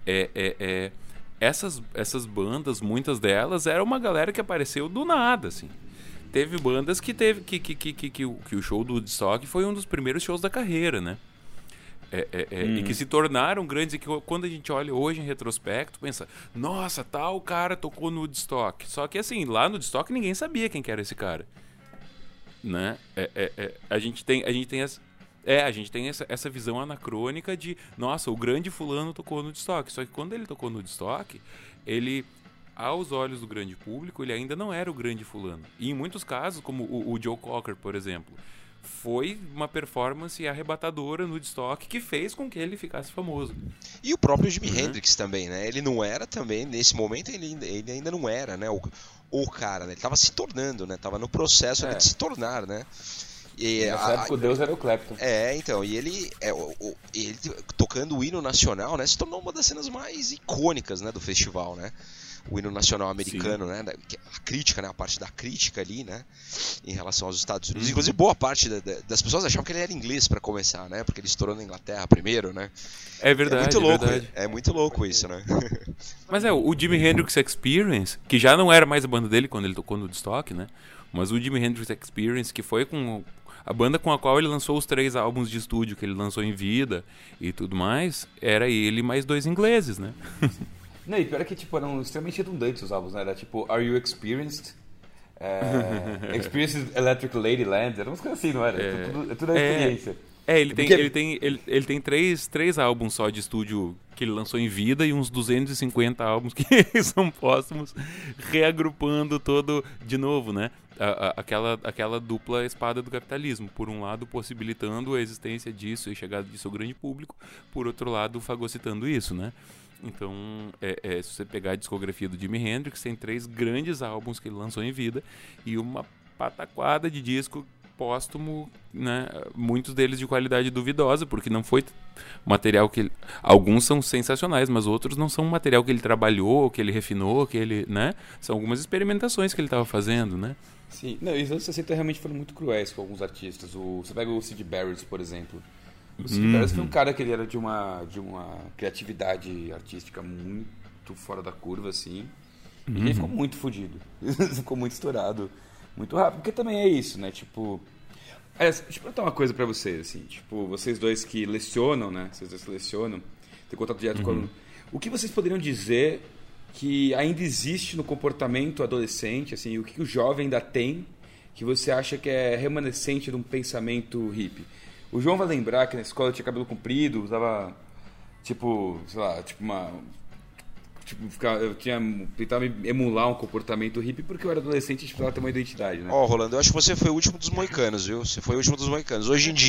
essas bandas, muitas delas, era uma galera que apareceu do nada, assim. Teve bandas que o show do Woodstock foi um dos primeiros shows da carreira, né? E que se tornaram grandes e que quando a gente olha hoje em retrospecto, pensa, nossa, tal cara tocou no Woodstock. Só que assim, lá no Woodstock ninguém sabia quem que era esse cara, né? A gente tem essa visão anacrônica de, nossa, o grande fulano tocou no Woodstock. Só que quando ele tocou no Woodstock, ele, aos olhos do grande público, ele ainda não era o grande fulano. E em muitos casos, como o Joe Cocker, por exemplo, foi uma performance arrebatadora no Woodstock que fez com que ele ficasse famoso. E o próprio Jimi Hendrix também, né? Ele não era também, nesse momento ele ainda não era, né? O cara, né? Ele estava se tornando, né? Tava no processo de se tornar, né? E nessa época o Deus era o Clapton. Então, e ele tocando o hino nacional, né? Se tornou uma das cenas mais icônicas, né? Do festival, né? O hino nacional americano, né? A crítica, né? A parte da crítica ali, né? Em relação aos Estados Unidos. Inclusive, boa parte das pessoas achavam que ele era inglês pra começar, né? Porque ele estourou na Inglaterra primeiro, né? É verdade, muito louco, verdade. É muito louco isso, né? Mas o Jimi Hendrix Experience, que já não era mais a banda dele quando ele tocou no Woodstock, né? Mas o Jimi Hendrix Experience, que foi com a banda com a qual ele lançou os 3 álbuns de estúdio que ele lançou em vida e tudo mais, era ele mais 2 ingleses, né? Não, e pior é que tipo, eram extremamente redundantes os álbuns, né? Era tipo, Are You Experienced? Experienced Electric Ladyland, era umas coisas assim, não era? Tudo a experiência. Ele tem três álbuns só de estúdio que ele lançou em vida e uns 250 álbuns que são póstumos, reagrupando todo de novo, né? Aquela dupla espada do capitalismo. Por um lado, possibilitando a existência disso e a chegada disso ao grande público, por outro lado, fagocitando isso, né? Então, se você pegar a discografia do Jimi Hendrix, tem 3 grandes álbuns que ele lançou em vida e uma pataquada de disco póstumo, né? Muitos deles de qualidade duvidosa, porque não foi material que ele... Alguns são sensacionais, mas outros não são material que ele trabalhou, que ele refinou, que ele, né? São algumas experimentações que ele estava fazendo, né? Sim, não, e os anos 60 realmente foram muito cruéis com alguns artistas. Você pega o Syd Barrett, por exemplo. O Syd Barrett foi um cara que ele era de uma criatividade artística muito fora da curva, assim. E ele ficou muito fodido. Ficou muito estourado, muito rápido. Porque também é isso, né? Tipo... deixa eu perguntar uma coisa pra vocês, assim. Tipo, vocês dois que lecionam, né? Vocês dois que lecionam, tem contato direto com o aluno. O que vocês poderiam dizer que ainda existe no comportamento adolescente, assim, o que o jovem ainda tem que você acha que é remanescente de um pensamento hippie? O João vai lembrar que na escola eu tinha cabelo comprido, usava, tipo, sei lá, tipo uma... Tipo, eu tentava emular um comportamento hippie porque eu era adolescente e precisava ter uma identidade, né? Rolando, eu acho que você foi o último dos moicanos, viu? Você foi o último dos moicanos. Hoje em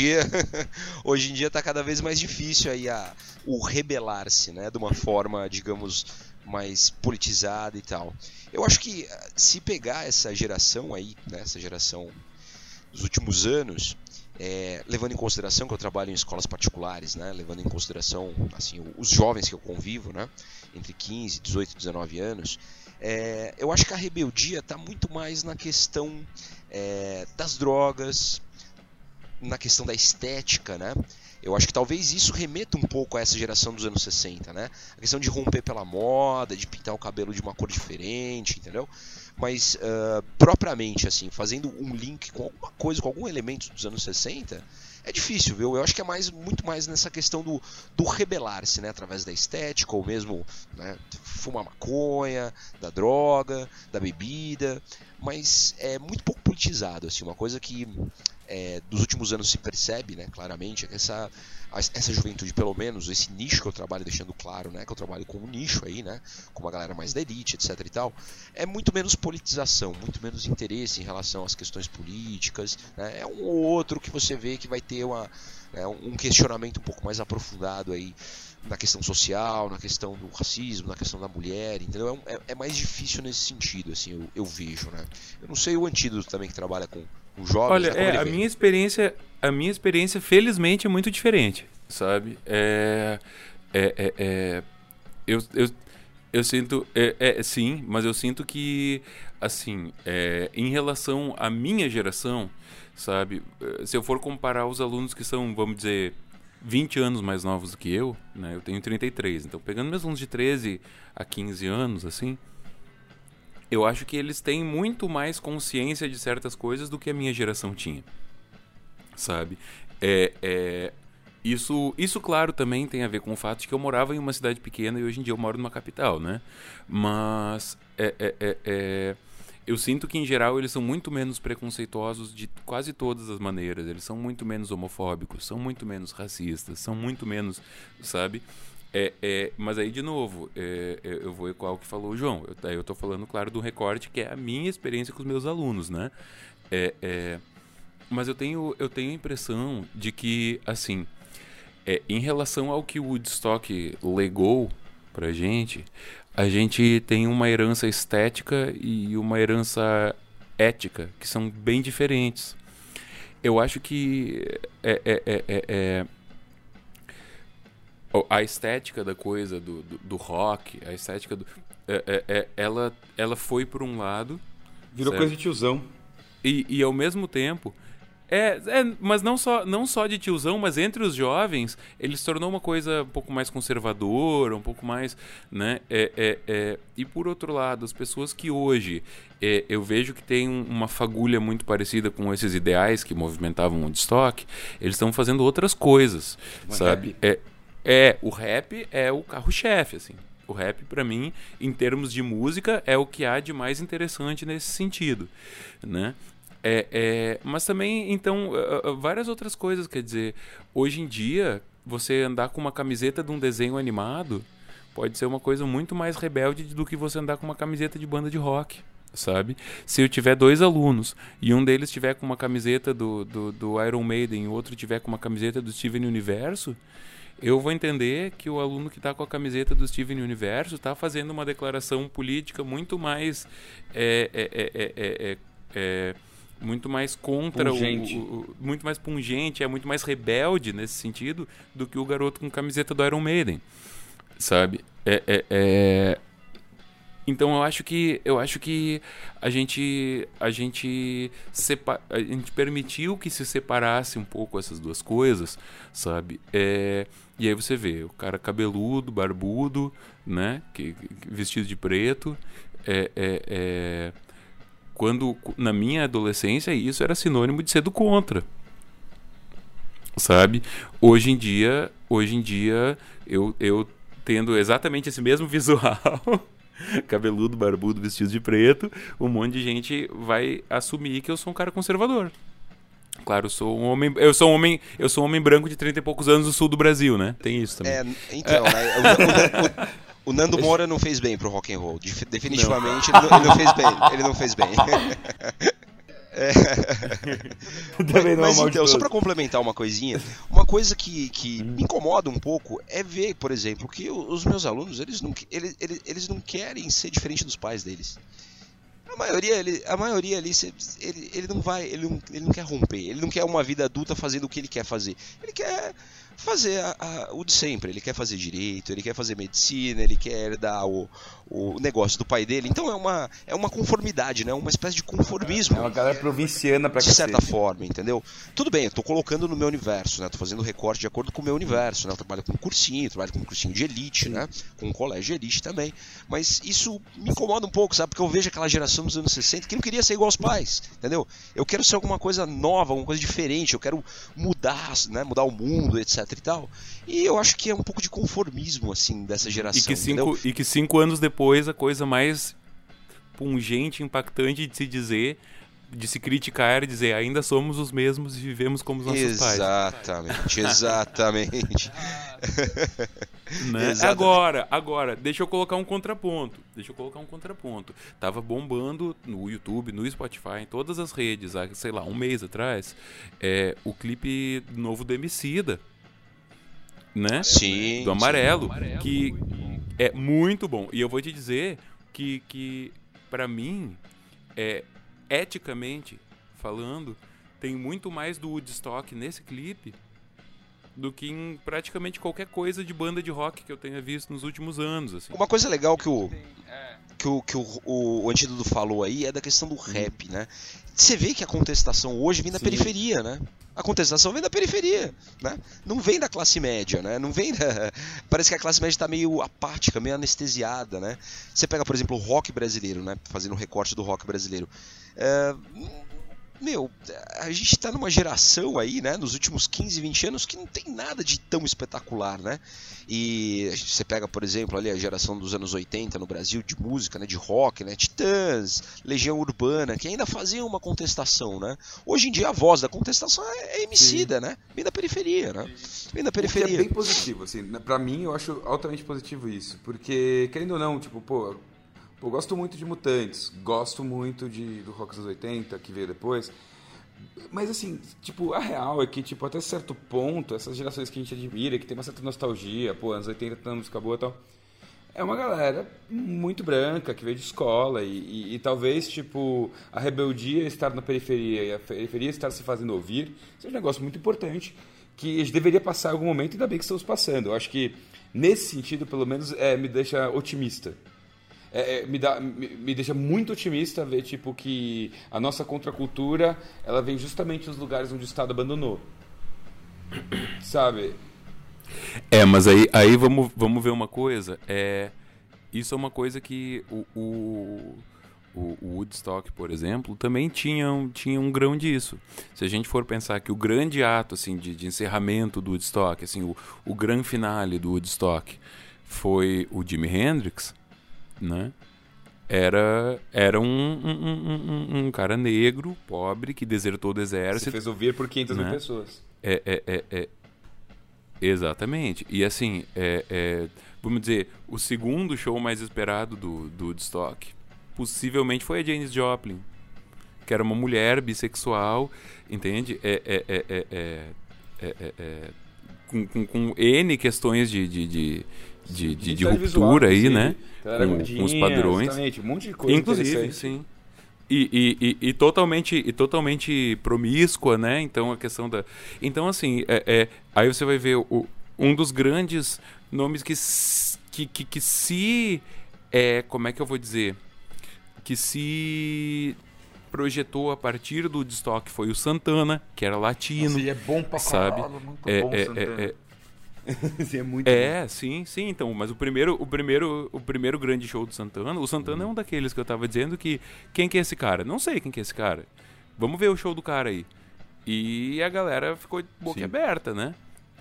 dia tá cada vez mais difícil aí o rebelar-se, né? De uma forma, digamos, mais politizada e tal. Eu acho que se pegar essa geração aí, né? Essa geração dos últimos anos... levando em consideração que eu trabalho em escolas particulares, né, levando em consideração assim, os jovens que eu convivo, né, entre 15, 18 e 19 anos, eu acho que a rebeldia está muito mais na questão das drogas, na questão da estética, né? Eu acho que talvez isso remeta um pouco a essa geração dos anos 60, né? A questão de romper pela moda, de pintar o cabelo de uma cor diferente, entendeu? Mas, propriamente, assim, fazendo um link com alguma coisa, com algum elemento dos anos 60, é difícil, viu? Eu acho que é muito mais nessa questão do rebelar-se, né? Através da estética, ou mesmo, né, fumar maconha, da droga, da bebida, mas é muito pouco politizado, assim, uma coisa que dos últimos anos se percebe, né, claramente, é que essa juventude, pelo menos, esse nicho que eu trabalho, deixando claro, né, que eu trabalho com um nicho aí, né, com uma galera mais da elite, etc e tal, é muito menos politização, muito menos interesse em relação às questões políticas, né, é um ou outro que você vê que vai ter um questionamento um pouco mais aprofundado aí na questão social, na questão do racismo, na questão da mulher, entendeu? É mais difícil nesse sentido, assim, eu vejo, né. Eu não sei o Antídoto também, que trabalha com jovens. Olha, né, a minha experiência, felizmente, é muito diferente, sabe? Eu sinto, sim, mas eu sinto que, assim, em relação à minha geração, sabe? Se eu for comparar os alunos que são, vamos dizer, 20 anos mais novos do que eu, né? Eu tenho 33, então pegando meus alunos de 13 a 15 anos, assim, eu acho que eles têm muito mais consciência de certas coisas do que a minha geração tinha, sabe? Isso, claro, também tem a ver com o fato de que eu morava em uma cidade pequena e hoje em dia eu moro numa capital, né? Mas eu sinto que, em geral, eles são muito menos preconceituosos de quase todas as maneiras. Eles são muito menos homofóbicos, são muito menos racistas, são muito menos, sabe? Mas aí, de novo, eu vou ecoar o que falou o João. Eu estou falando, claro, do recorte que é a minha experiência com os meus alunos, né? Mas eu tenho a impressão de que, assim, em relação ao que o Woodstock legou pra gente, a gente tem uma herança estética e uma herança ética que são bem diferentes. Eu acho que a estética da coisa, do rock, a estética ela foi por um lado... Virou certo? Coisa de tiozão. E ao mesmo tempo... mas não só de tiozão, mas entre os jovens, ele se tornou uma coisa um pouco mais conservadora, um pouco mais, né? E por outro lado, as pessoas que hoje eu vejo que tem uma fagulha muito parecida com esses ideais que movimentavam o Woodstock, eles estão fazendo outras coisas, sabe? O rap é o carro-chefe, assim. O rap, pra mim, em termos de música, é o que há de mais interessante nesse sentido, né? Mas também, então, várias outras coisas. Quer dizer, hoje em dia, você andar com uma camiseta de um desenho animado pode ser uma coisa muito mais rebelde do que você andar com uma camiseta de banda de rock, sabe? Se eu tiver 2 alunos e um deles tiver com uma camiseta do Iron Maiden e o outro tiver com uma camiseta do Steven Universo, eu vou entender que o aluno que está com a camiseta do Steven Universo está fazendo uma declaração política muito mais muito mais contra muito mais pungente, muito mais rebelde nesse sentido do que o garoto com camiseta do Iron Maiden, sabe? Então eu acho que a gente permitiu que se separasse um pouco essas duas coisas, sabe? E aí você vê o cara cabeludo, barbudo, né? Vestido de preto. Quando na minha adolescência isso era sinônimo de ser do contra, sabe? Hoje em dia eu tendo exatamente esse mesmo visual, cabeludo, barbudo, vestido de preto, um monte de gente vai assumir que eu sou um cara conservador. Claro, eu sou um homem branco de 30 e poucos anos do sul do Brasil, né? Tem isso também. Então, né? O Nando Moura não fez bem pro rock and roll. Definitivamente ele não fez bem. Ele não fez bem. Mas então, só para complementar uma coisinha, uma coisa que me incomoda um pouco é ver, por exemplo, que os meus alunos eles não querem ser diferente dos pais deles. A maioria ali ele não quer romper, ele não quer uma vida adulta fazendo o que ele quer fazer. Ele quer fazer o de sempre, ele quer fazer direito, ele quer fazer medicina, ele quer dar o negócio do pai dele. Então é uma conformidade, né? Uma espécie de conformismo. É uma galera provinciana pra de certa forma, entendeu? Tudo bem, eu tô colocando no meu universo, né? Tô fazendo recorte de acordo com o meu universo, né? Eu trabalho com cursinho de elite, né? Com um colégio de elite também. Mas isso me incomoda um pouco, sabe? Porque eu vejo aquela geração dos anos 60 que não queria ser igual aos pais, entendeu? Eu quero ser alguma coisa nova, alguma coisa diferente, eu quero mudar, né? Mudar o mundo, etc e tal. E eu acho que é um pouco de conformismo, assim, dessa geração. E que 5 anos depois, a coisa mais pungente, impactante de se dizer, de se criticar, é dizer, ainda somos os mesmos e vivemos como os nossos pais. Exatamente. Né? Agora, deixa eu colocar um contraponto. Tava bombando no YouTube, no Spotify, em todas as redes, há, sei lá, um mês atrás, o clipe novo do Emicida, né? Sim. Do Amarelo, que é muito bom. E eu vou te dizer que para mim, eticamente falando, tem muito mais do Woodstock nesse clipe do que em praticamente qualquer coisa de banda de rock que eu tenha visto nos últimos anos. Assim. Uma coisa legal que o Antídoto falou aí é da questão do rap, né? Você vê que a contestação hoje vem da periferia, né? A contestação vem da periferia, né? Não vem da classe média, né? Não vem da... Parece que a classe média está meio apática, meio anestesiada, né? Você pega, por exemplo, o rock brasileiro, né? Fazendo um recorte do rock brasileiro. A gente está numa geração aí, né, nos últimos 15, 20 anos que não tem nada de tão espetacular, né? E você pega, por exemplo, ali a geração dos anos 80 no Brasil, de música, né, de rock, né, Titãs, Legião Urbana, que ainda faziam uma contestação, né? Hoje em dia a voz da contestação é Emicida, né? Vem da periferia, né? Vem da periferia. O que é bem positivo, assim, pra mim eu acho altamente positivo isso, porque, querendo ou não, tipo, eu gosto muito de Mutantes, gosto muito do rock dos 80, que veio depois. Mas assim, tipo, a real é que, tipo, até certo ponto, essas gerações que a gente admira, que tem uma certa nostalgia, anos 80 tem uma música boa e tal, é uma galera muito branca, que veio de escola e talvez, tipo, a rebeldia estar na periferia e a periferia estar se fazendo ouvir seja um negócio muito importante que a gente deveria passar em algum momento, e ainda bem que estamos passando. Eu acho que, nesse sentido, pelo menos, me deixa otimista. Me deixa muito otimista ver, tipo, que a nossa contracultura, ela vem justamente dos lugares onde o Estado abandonou. Sabe? Mas aí vamos ver uma coisa. Isso é uma coisa que o Woodstock, por exemplo, também tinha um grão disso. Se a gente for pensar que o grande ato, assim, de encerramento do Woodstock, assim, o grande finale do Woodstock foi o Jimi Hendrix, né? Era um cara negro, pobre, que desertou do exército. Se fez ouvir por 500 mil pessoas. Exatamente. E assim, vamos dizer, o segundo show mais esperado do Woodstock possivelmente foi a Janis Joplin, que era uma mulher bissexual, entende? Com N questões de ruptura aí, né? Com os padrões. Um monte de coisa. Inclusive, sim. E totalmente promíscua, né? Então a questão da. Então, assim, aí você vai ver um dos grandes nomes que se como é que eu vou dizer? Que se projetou a partir do Woodstock foi o Santana, que era latino. Nossa, e é bom pra sabe? caralho, muito bom Santana. Sim, é muito bom. Sim, então, mas o primeiro grande show do Santana, o Santana é um daqueles que eu tava dizendo que, quem que é esse cara? Não sei quem que é esse cara. Vamos ver o show do cara aí. E a galera ficou de boca aberta, né?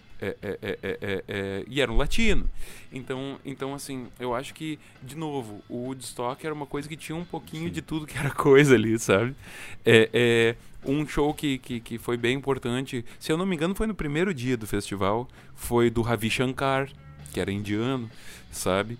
E era um latino. Então, assim, eu acho que, de novo, o Woodstock era uma coisa que tinha um pouquinho de tudo que era coisa ali, sabe? Um show que foi bem importante, se eu não me engano, foi no primeiro dia do festival, foi do Ravi Shankar, que era indiano, sabe?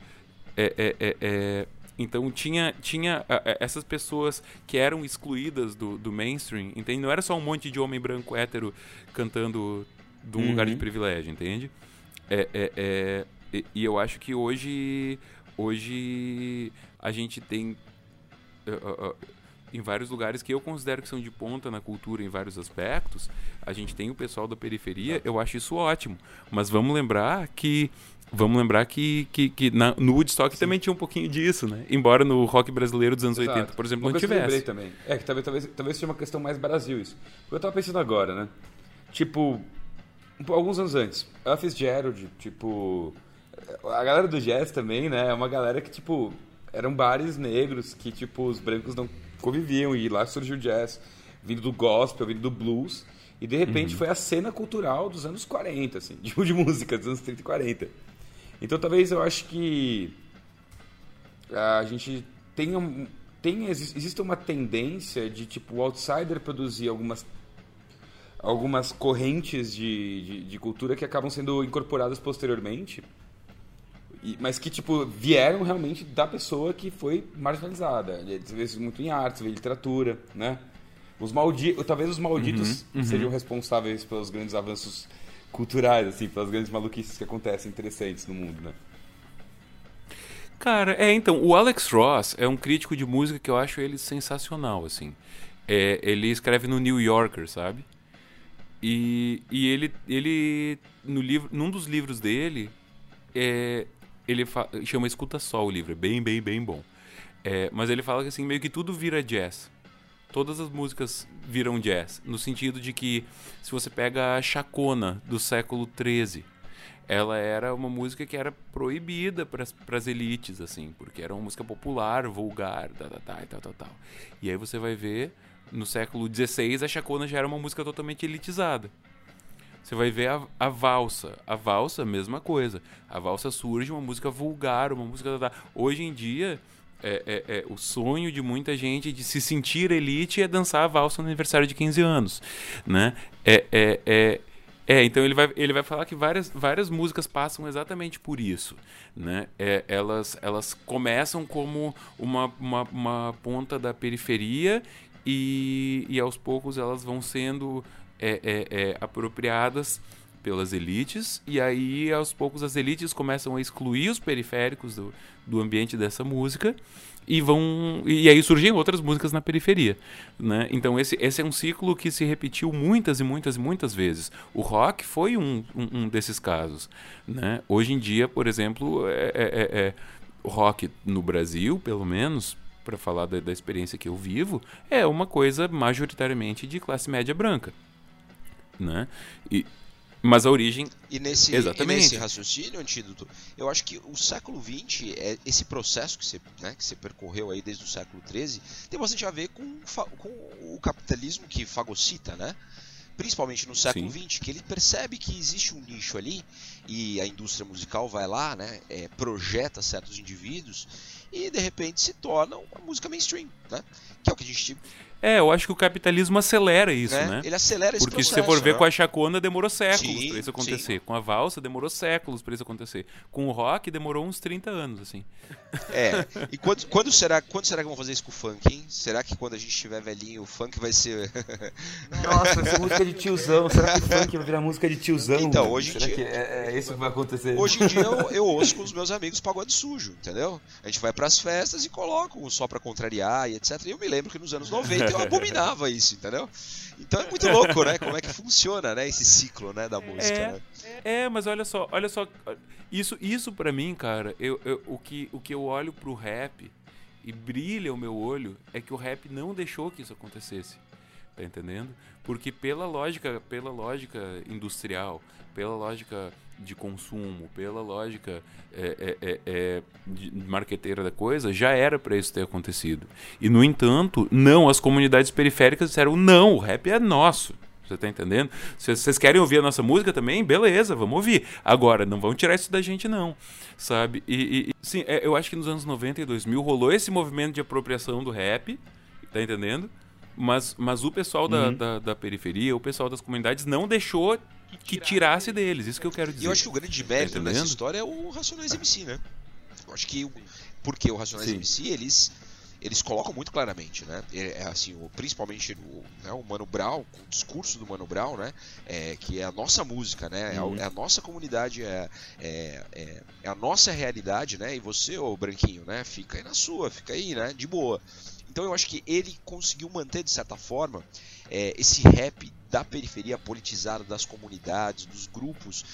Então tinha essas pessoas que eram excluídas do mainstream, entende? Não era só um monte de homem branco hétero cantando de um lugar de privilégio, entende? E eu acho que hoje a gente tem em vários lugares que eu considero que são de ponta na cultura em vários aspectos, a gente tem o pessoal da periferia, eu acho isso ótimo, mas vamos lembrar que no Woodstock também tinha um pouquinho disso, né? Embora no rock brasileiro dos anos 80, por exemplo, não tivesse. Que eu lembrei também. Que talvez seja uma questão mais Brasil isso. Porque eu tava pensando agora, né? Tipo, alguns anos antes, Ella Fitzgerald, tipo, a galera do jazz também, né? É uma galera que, tipo, eram bares negros que, tipo, os brancos não conviviam, e lá surgiu o jazz, vindo do gospel, vindo do blues, e de repente foi a cena cultural dos anos 40, assim, de música dos anos 30 e 40. Então talvez eu acho que a gente existe uma tendência de, tipo, o outsider produzir algumas correntes de cultura que acabam sendo incorporadas posteriormente, mas que, tipo, vieram realmente da pessoa que foi marginalizada. Você vê isso muito em arte, você vê em literatura, né? Talvez os malditos sejam responsáveis pelos grandes avanços culturais, assim, pelas grandes maluquices que acontecem interessantes no mundo, né? Cara, então, o Alex Ross é um crítico de música que eu acho ele sensacional, assim. Ele escreve no New Yorker, sabe? E ele num dos livros dele, ele chama Escuta Só o livro, é bem bom. Mas ele fala que, assim, meio que tudo vira jazz. Todas as músicas viram jazz, no sentido de que, se você pega a Chacona, do século XIII, ela era uma música que era proibida para as elites, assim, porque era uma música popular, vulgar, tal. E aí você vai ver, no século XVI, a Chacona já era uma música totalmente elitizada. Você vai ver a valsa. A valsa, mesma coisa. A valsa surge uma música vulgar, uma música... Hoje em dia, o sonho de muita gente de se sentir elite é dançar a valsa no aniversário de 15 anos, né? Então ele vai falar que várias músicas passam exatamente por isso, né? Elas começam como uma ponta da periferia e aos poucos elas vão sendo apropriadas pelas elites, e aí aos poucos as elites começam a excluir os periféricos do ambiente dessa música, e aí surgem outras músicas na periferia, né? Então esse é um ciclo que se repetiu muitas e muitas e muitas vezes. O rock foi um desses casos, né? Hoje em dia, por exemplo, o rock no Brasil, pelo menos, para falar da experiência que eu vivo, é uma coisa majoritariamente de classe média branca, né? Mas a origem... E nesse raciocínio, Antídoto, eu acho que o século XX, esse processo que você percorreu aí desde o século XIII, tem bastante a ver com o capitalismo que fagocita, né? Principalmente no século XX, que ele percebe que existe um nicho ali, e a indústria musical vai lá, né, projeta certos indivíduos, e de repente se torna uma música mainstream, né? Que é o que a gente... eu acho que o capitalismo acelera isso, né? Ele acelera esse processo. Porque se você for ver, com a Chacona demorou séculos para isso acontecer. Sim. Com a valsa demorou séculos para isso acontecer. Com o rock demorou uns 30 anos, assim. E quando será que vão fazer isso com o funk, hein? Será que quando a gente estiver velhinho, o funk vai ser... Nossa, vai ser música de tiozão. Será que o funk vai virar música de tiozão? Então, hoje em dia... dia... é isso que vai acontecer? Hoje em dia eu ouço com os meus amigos pagode sujo, entendeu? A gente vai pras festas e coloca um só pra contrariar e etc. E eu me lembro que nos anos 90 eu abominava isso, entendeu? Então é muito louco, né? Como é que funciona, né? Esse ciclo, né, da música, né? Mas olha só, Isso para mim, cara, o que eu olho pro rap e brilha o meu olho é que o rap não deixou que isso acontecesse. Tá entendendo? Porque pela lógica industrial, pela lógica de consumo, pela lógica de marqueteira da coisa, já era para isso ter acontecido. E, no entanto, não, as comunidades periféricas disseram, não, o rap é nosso. Você tá entendendo? Se vocês querem ouvir a nossa música também, beleza, vamos ouvir. Agora, não vão tirar isso da gente, não. Sabe? Sim, eu acho que nos anos 90 e 2000 rolou esse movimento de apropriação do rap, tá entendendo? Mas o pessoal da periferia, o pessoal das comunidades não deixou que tirasse deles, isso que eu quero dizer. E eu acho que o grande mérito nessa história é o Racionais MC, né? Eu acho que porque o Racionais MC, eles colocam muito claramente, né? Assim, principalmente o Mano Brown, o discurso do Mano Brown, né? Que é a nossa música, né? É a nossa comunidade, é a nossa realidade, né? E você, ô branquinho, né? Fica aí na sua, fica aí, né? De boa. Então eu acho que ele conseguiu manter, de certa forma, esse rap da periferia politizada, das comunidades, dos grupos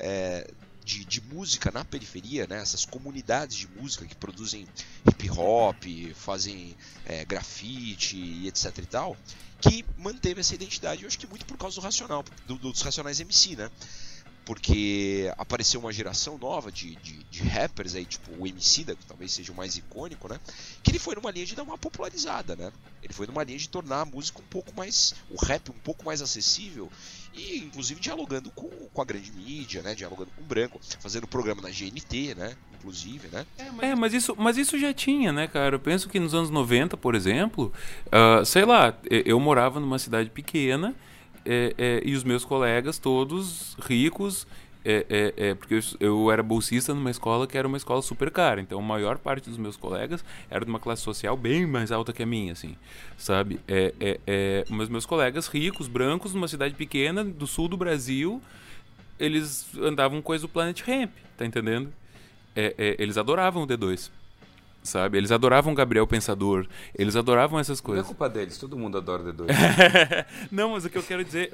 de música na periferia, né? Essas comunidades de música que produzem hip hop, fazem grafite e etc e tal, que manteve essa identidade, eu acho que muito por causa do Racional, dos Racionais MC, né? Porque apareceu uma geração nova de rappers aí, tipo o Emicida, que talvez seja o mais icônico, né? Que ele foi numa linha de dar uma popularizada, né? Ele foi numa linha de tornar a música um pouco mais, o rap um pouco mais acessível e inclusive dialogando com a grande mídia, né? Dialogando com o branco, fazendo programa na GNT, né? Inclusive, né? Mas isso já tinha, né, cara? Eu penso que nos anos 90, por exemplo, sei lá, eu morava numa cidade pequena. E os meus colegas todos ricos, porque eu era bolsista numa escola que era uma escola super cara, então a maior parte dos meus colegas era de uma classe social bem mais alta que a minha, assim, sabe? Mas meus colegas ricos, brancos, numa cidade pequena do sul do Brasil, eles andavam com coisa do Planet Hemp, tá entendendo? Eles adoravam o D2. Sabe? Eles adoravam Gabriel Pensador, eles adoravam essas coisas. Não é culpa deles, todo mundo adora o D2. Não, mas o que eu quero dizer,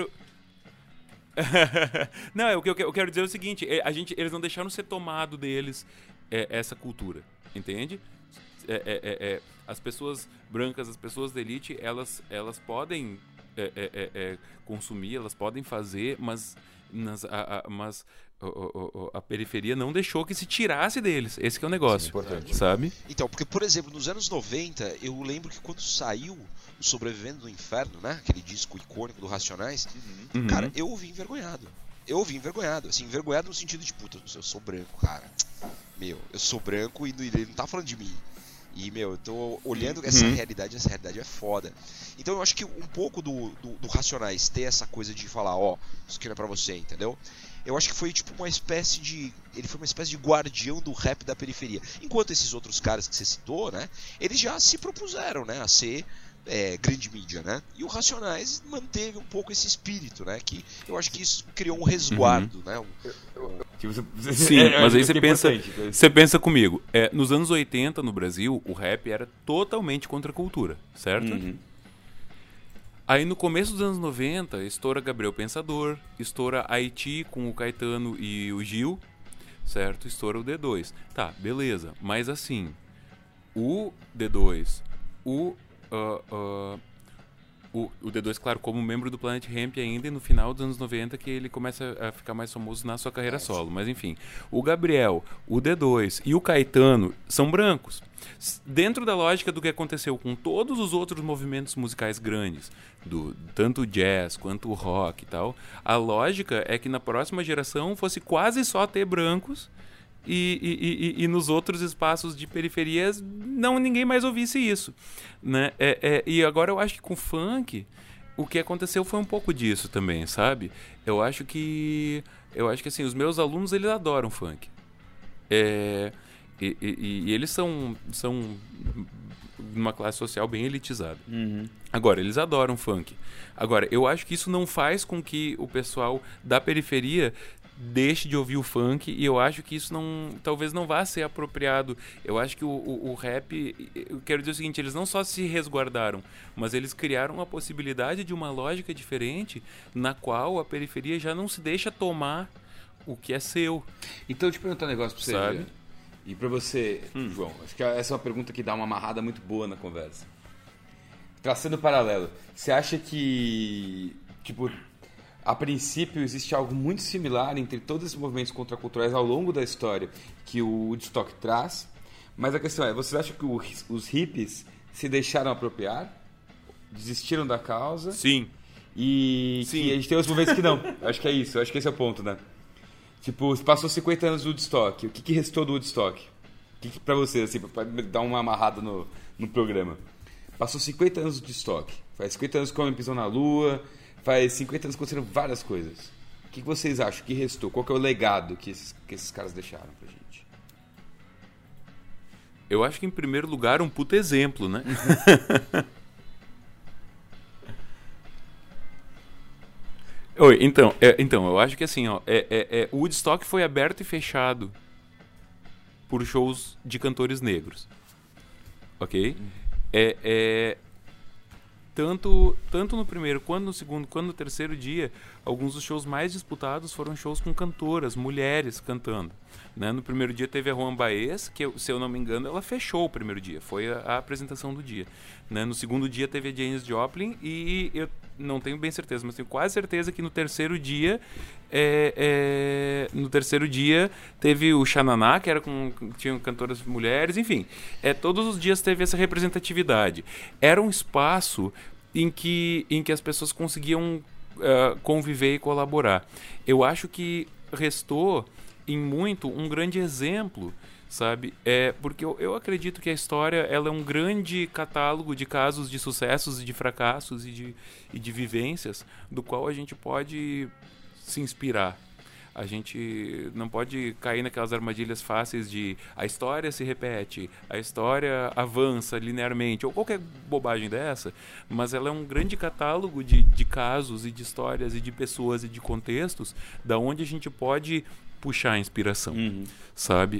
não, o que eu quero dizer é o seguinte, eles não deixaram ser tomado deles essa cultura, entende? As pessoas brancas, as pessoas da elite, elas podem consumir, elas podem fazer, mas a periferia não deixou que se tirasse deles. Esse que é o negócio. Sim, importante. Sabe? Então, porque, por exemplo, nos anos 90, eu lembro que quando saiu o Sobrevivendo no Inferno, né? Aquele disco icônico do Racionais, cara, eu ouvi envergonhado. Assim, envergonhado no sentido de, puta, eu sou branco, cara. Meu, eu sou branco e ele não tá falando de mim. E, meu, eu tô olhando essa realidade é foda. Então eu acho que um pouco do Racionais ter essa coisa de falar, isso aqui não é pra você, entendeu? Eu acho que foi tipo uma espécie de... Ele foi uma espécie de guardião do rap da periferia. Enquanto esses outros caras que você citou, né? Eles já se propuseram, né? A ser grande mídia, né? E o Racionais manteve um pouco esse espírito, né? Que eu acho que isso criou um resguardo, né? Sim, mas aí você pensa comigo. Nos anos 80, no Brasil, o rap era totalmente contra a cultura, certo? Aí no começo dos anos 90, estoura Gabriel Pensador, estoura Haiti com o Caetano e o Gil, certo? Estoura o D2. Tá, beleza. Mas assim, o D2, o D2, claro, como membro do Planet Hemp ainda, e no final dos anos 90 que ele começa a ficar mais famoso na sua carreira solo. Mas enfim, o Gabriel, o D2 e o Caetano são brancos. Dentro da lógica do que aconteceu com todos os outros movimentos musicais grandes, tanto o jazz quanto o rock e tal, a lógica é que na próxima geração fosse quase só ter brancos e nos outros espaços de periferias ninguém mais ouvisse isso, né? E agora eu acho que com o funk o que aconteceu foi um pouco disso também, sabe? Eu acho que assim, os meus alunos, eles adoram funk. E eles são uma classe social bem elitizada. Agora, eles adoram funk. Agora, eu acho que isso não faz com que o pessoal da periferia deixe de ouvir o funk, e eu acho que isso talvez não vá ser apropriado. Eu acho que o rap, eu quero dizer o seguinte, eles não só se resguardaram, mas eles criaram a possibilidade de uma lógica diferente, na qual a periferia já não se deixa tomar o que é seu. Então, deixa eu perguntar um negócio pra você. Sabe? E pra você, João, acho que essa é uma pergunta que dá uma amarrada muito boa na conversa. Traçando paralelo, você acha que, tipo, a princípio existe algo muito similar entre todos esses movimentos contraculturais ao longo da história que o Woodstock traz? Mas a questão é, vocês acham que os hippies se deixaram apropriar? Desistiram da causa? Sim. E Sim. que a gente tem os movimentos que não. Acho que é isso, acho que esse é o ponto, né? Tipo, passou 50 anos do Woodstock, o que restou do Woodstock? O que pra você, assim, pra dar uma amarrada no programa? Passou 50 anos do Woodstock, faz 50 anos que o homem pisou na lua, faz 50 anos que aconteceram várias coisas. O que vocês acham que restou? Qual que é o legado que esses caras deixaram pra gente? Eu acho que, em primeiro lugar, um puto exemplo, né? Oi, então, eu acho que assim, ó, o Woodstock foi aberto e fechado por shows de cantores negros, ok? Tanto no primeiro, quanto no segundo, quanto no terceiro dia, alguns dos shows mais disputados foram shows com cantoras, mulheres cantando. Né? No primeiro dia teve a Juan Baez, que, se eu não me engano, ela fechou o primeiro dia, foi a apresentação do dia. Né? No segundo dia teve a Janis Joplin e eu não tenho bem certeza, mas tenho quase certeza que no terceiro dia teve o Xananá, que era tinham cantoras mulheres, enfim, todos os dias teve essa representatividade. Era um espaço em que as pessoas conseguiam conviver e colaborar. Eu acho que restou em muito um grande exemplo, sabe? Porque eu acredito que a história ela é um grande catálogo de casos de sucessos e de fracassos e de vivências do qual a gente pode se inspirar. A gente não pode cair naquelas armadilhas fáceis de a história se repete, a história avança linearmente, ou qualquer bobagem dessa, mas ela é um grande catálogo de casos e de histórias e de pessoas e de contextos da onde a gente pode puxar a inspiração, sabe?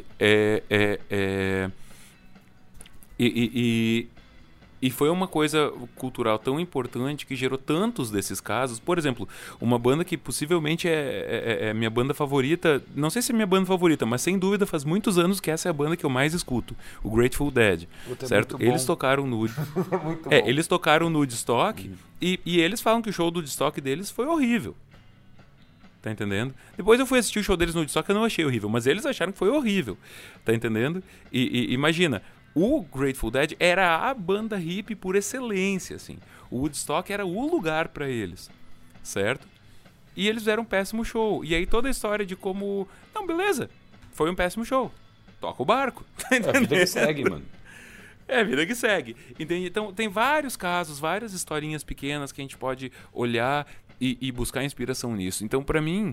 E foi uma coisa cultural tão importante que gerou tantos desses casos. Por exemplo, uma banda que possivelmente é minha banda favorita, não sei se é minha banda favorita, mas sem dúvida faz muitos anos que essa é a banda que eu mais escuto, o Grateful Dead. Puta, certo? Eles tocaram no eles tocaram no Woodstock e eles falam que o show do Woodstock deles foi horrível. Tá entendendo? Depois eu fui assistir o show deles no Woodstock e eu não achei horrível, mas eles acharam que foi horrível. Tá entendendo? E imagina, o Grateful Dead era a banda hippie por excelência, assim. O Woodstock era o lugar pra eles, certo? E eles fizeram um péssimo show. E aí toda a história de como... Não, beleza, foi um péssimo show. Toca o barco. Tá É a vida que segue, mano. É a vida que segue. Entende? Então tem vários casos, várias historinhas pequenas que a gente pode olhar e buscar inspiração nisso. Então, pra mim,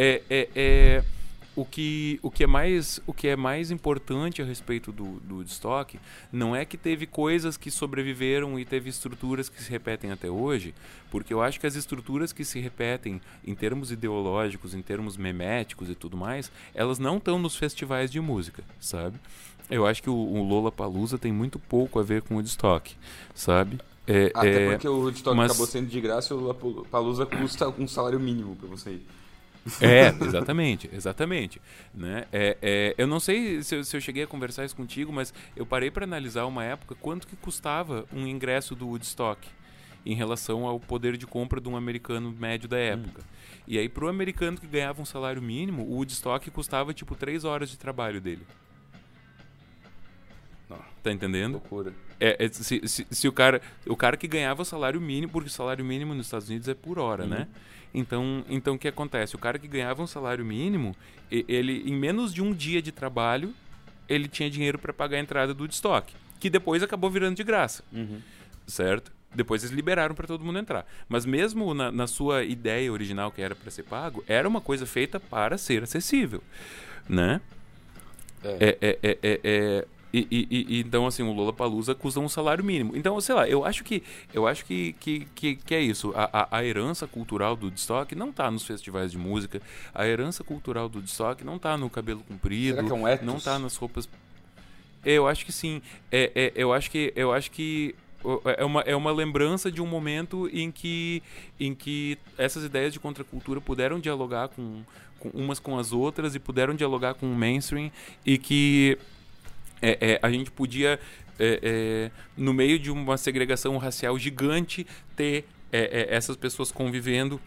o que é mais importante a respeito do Woodstock não é que teve coisas que sobreviveram e teve estruturas que se repetem até hoje, porque eu acho que as estruturas que se repetem em termos ideológicos, em termos meméticos e tudo mais, elas não estão nos festivais de música, sabe? Eu acho que o Lollapalooza tem muito pouco a ver com o Woodstock, sabe? Até porque o Woodstock acabou sendo de graça e o Lollapalooza custa um salário mínimo pra você ir. Exatamente. Né? Eu não sei se eu cheguei a conversar isso contigo, mas eu parei para analisar uma época quanto que custava um ingresso do Woodstock em relação ao poder de compra de um americano médio da época. E aí, pro americano que ganhava um salário mínimo, o Woodstock custava tipo 3 horas de trabalho dele. Tá entendendo? Loucura. Se o cara que ganhava o salário mínimo, porque o salário mínimo nos Estados Unidos é por hora, né? Então o que acontece? O cara que ganhava um salário mínimo, ele em menos de um dia de trabalho, ele tinha dinheiro para pagar a entrada do Woodstock, que depois acabou virando de graça, certo? Depois eles liberaram para todo mundo entrar. Mas mesmo na sua ideia original, que era para ser pago, era uma coisa feita para ser acessível, né? Então, assim, o Lollapalooza custa um salário mínimo. Então, sei lá, eu acho que é isso. A herança cultural do Woodstock não tá nos festivais de música. A herança cultural do Woodstock não tá no cabelo comprido. Será que é um ethos? Não tá nas roupas... Eu acho que sim. Eu acho que é uma lembrança de um momento em que essas ideias de contracultura puderam dialogar com umas com as outras e puderam dialogar com o mainstream, e que a gente podia, no meio de uma segregação racial gigante, ter essas pessoas convivendo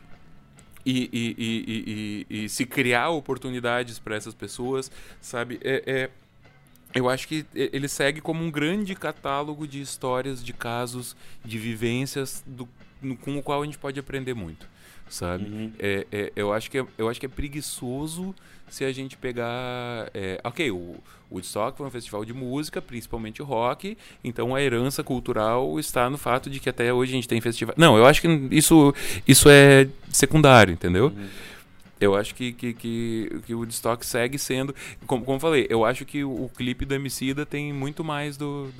e se criar oportunidades para essas pessoas, sabe? Eu acho que ele segue como um grande catálogo de histórias, de casos, de vivências com o qual a gente pode aprender muito, sabe? Uhum. Eu acho que é preguiçoso se a gente pegar... ok, o Woodstock foi um festival de música, principalmente rock, então a herança cultural está no fato de que até hoje a gente tem festival... Não, eu acho que isso é secundário, entendeu? Uhum. Eu acho que o Woodstock segue sendo... Como eu falei, eu acho que o clipe do Emicida tem muito mais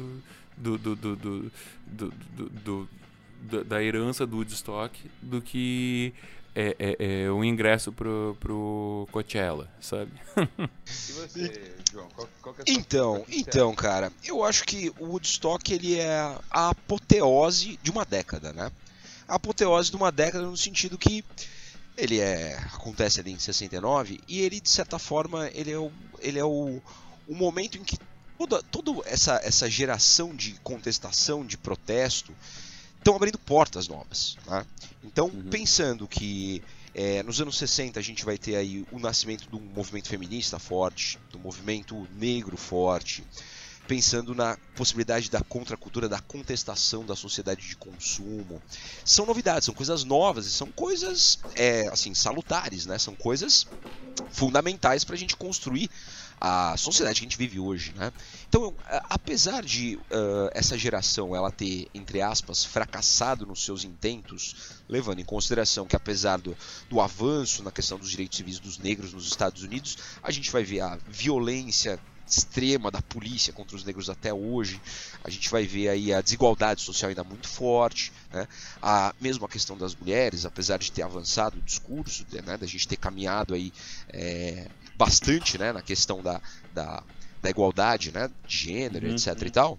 da herança do Woodstock do que o ingresso pro Coachella, sabe? E você, João? Qual que é a sua Então, cara, eu acho que o Woodstock ele é a apoteose de uma década, né? A apoteose de uma década no sentido que ele acontece ali em 69 e ele, de certa forma, ele é o momento em que toda essa geração de contestação, de protesto, estão abrindo portas novas, né? Então, pensando que nos anos 60 a gente vai ter aí o nascimento de um movimento feminista forte, do movimento negro forte, pensando na possibilidade da contracultura, da contestação da sociedade de consumo. São novidades, são coisas novas e são coisas assim, salutares, né? São coisas fundamentais para a gente construir a sociedade que a gente vive hoje, né? Então, apesar de essa geração ela ter, entre aspas, fracassado nos seus intentos, levando em consideração que apesar do avanço na questão dos direitos civis dos negros nos Estados Unidos, a gente vai ver a violência extrema da polícia contra os negros até hoje, a gente vai ver aí a desigualdade social ainda muito forte, né? Mesmo a questão das mulheres, apesar de ter avançado o discurso, né, da gente ter caminhado aí bastante, né, na questão da igualdade, né, de gênero, etc. e tal,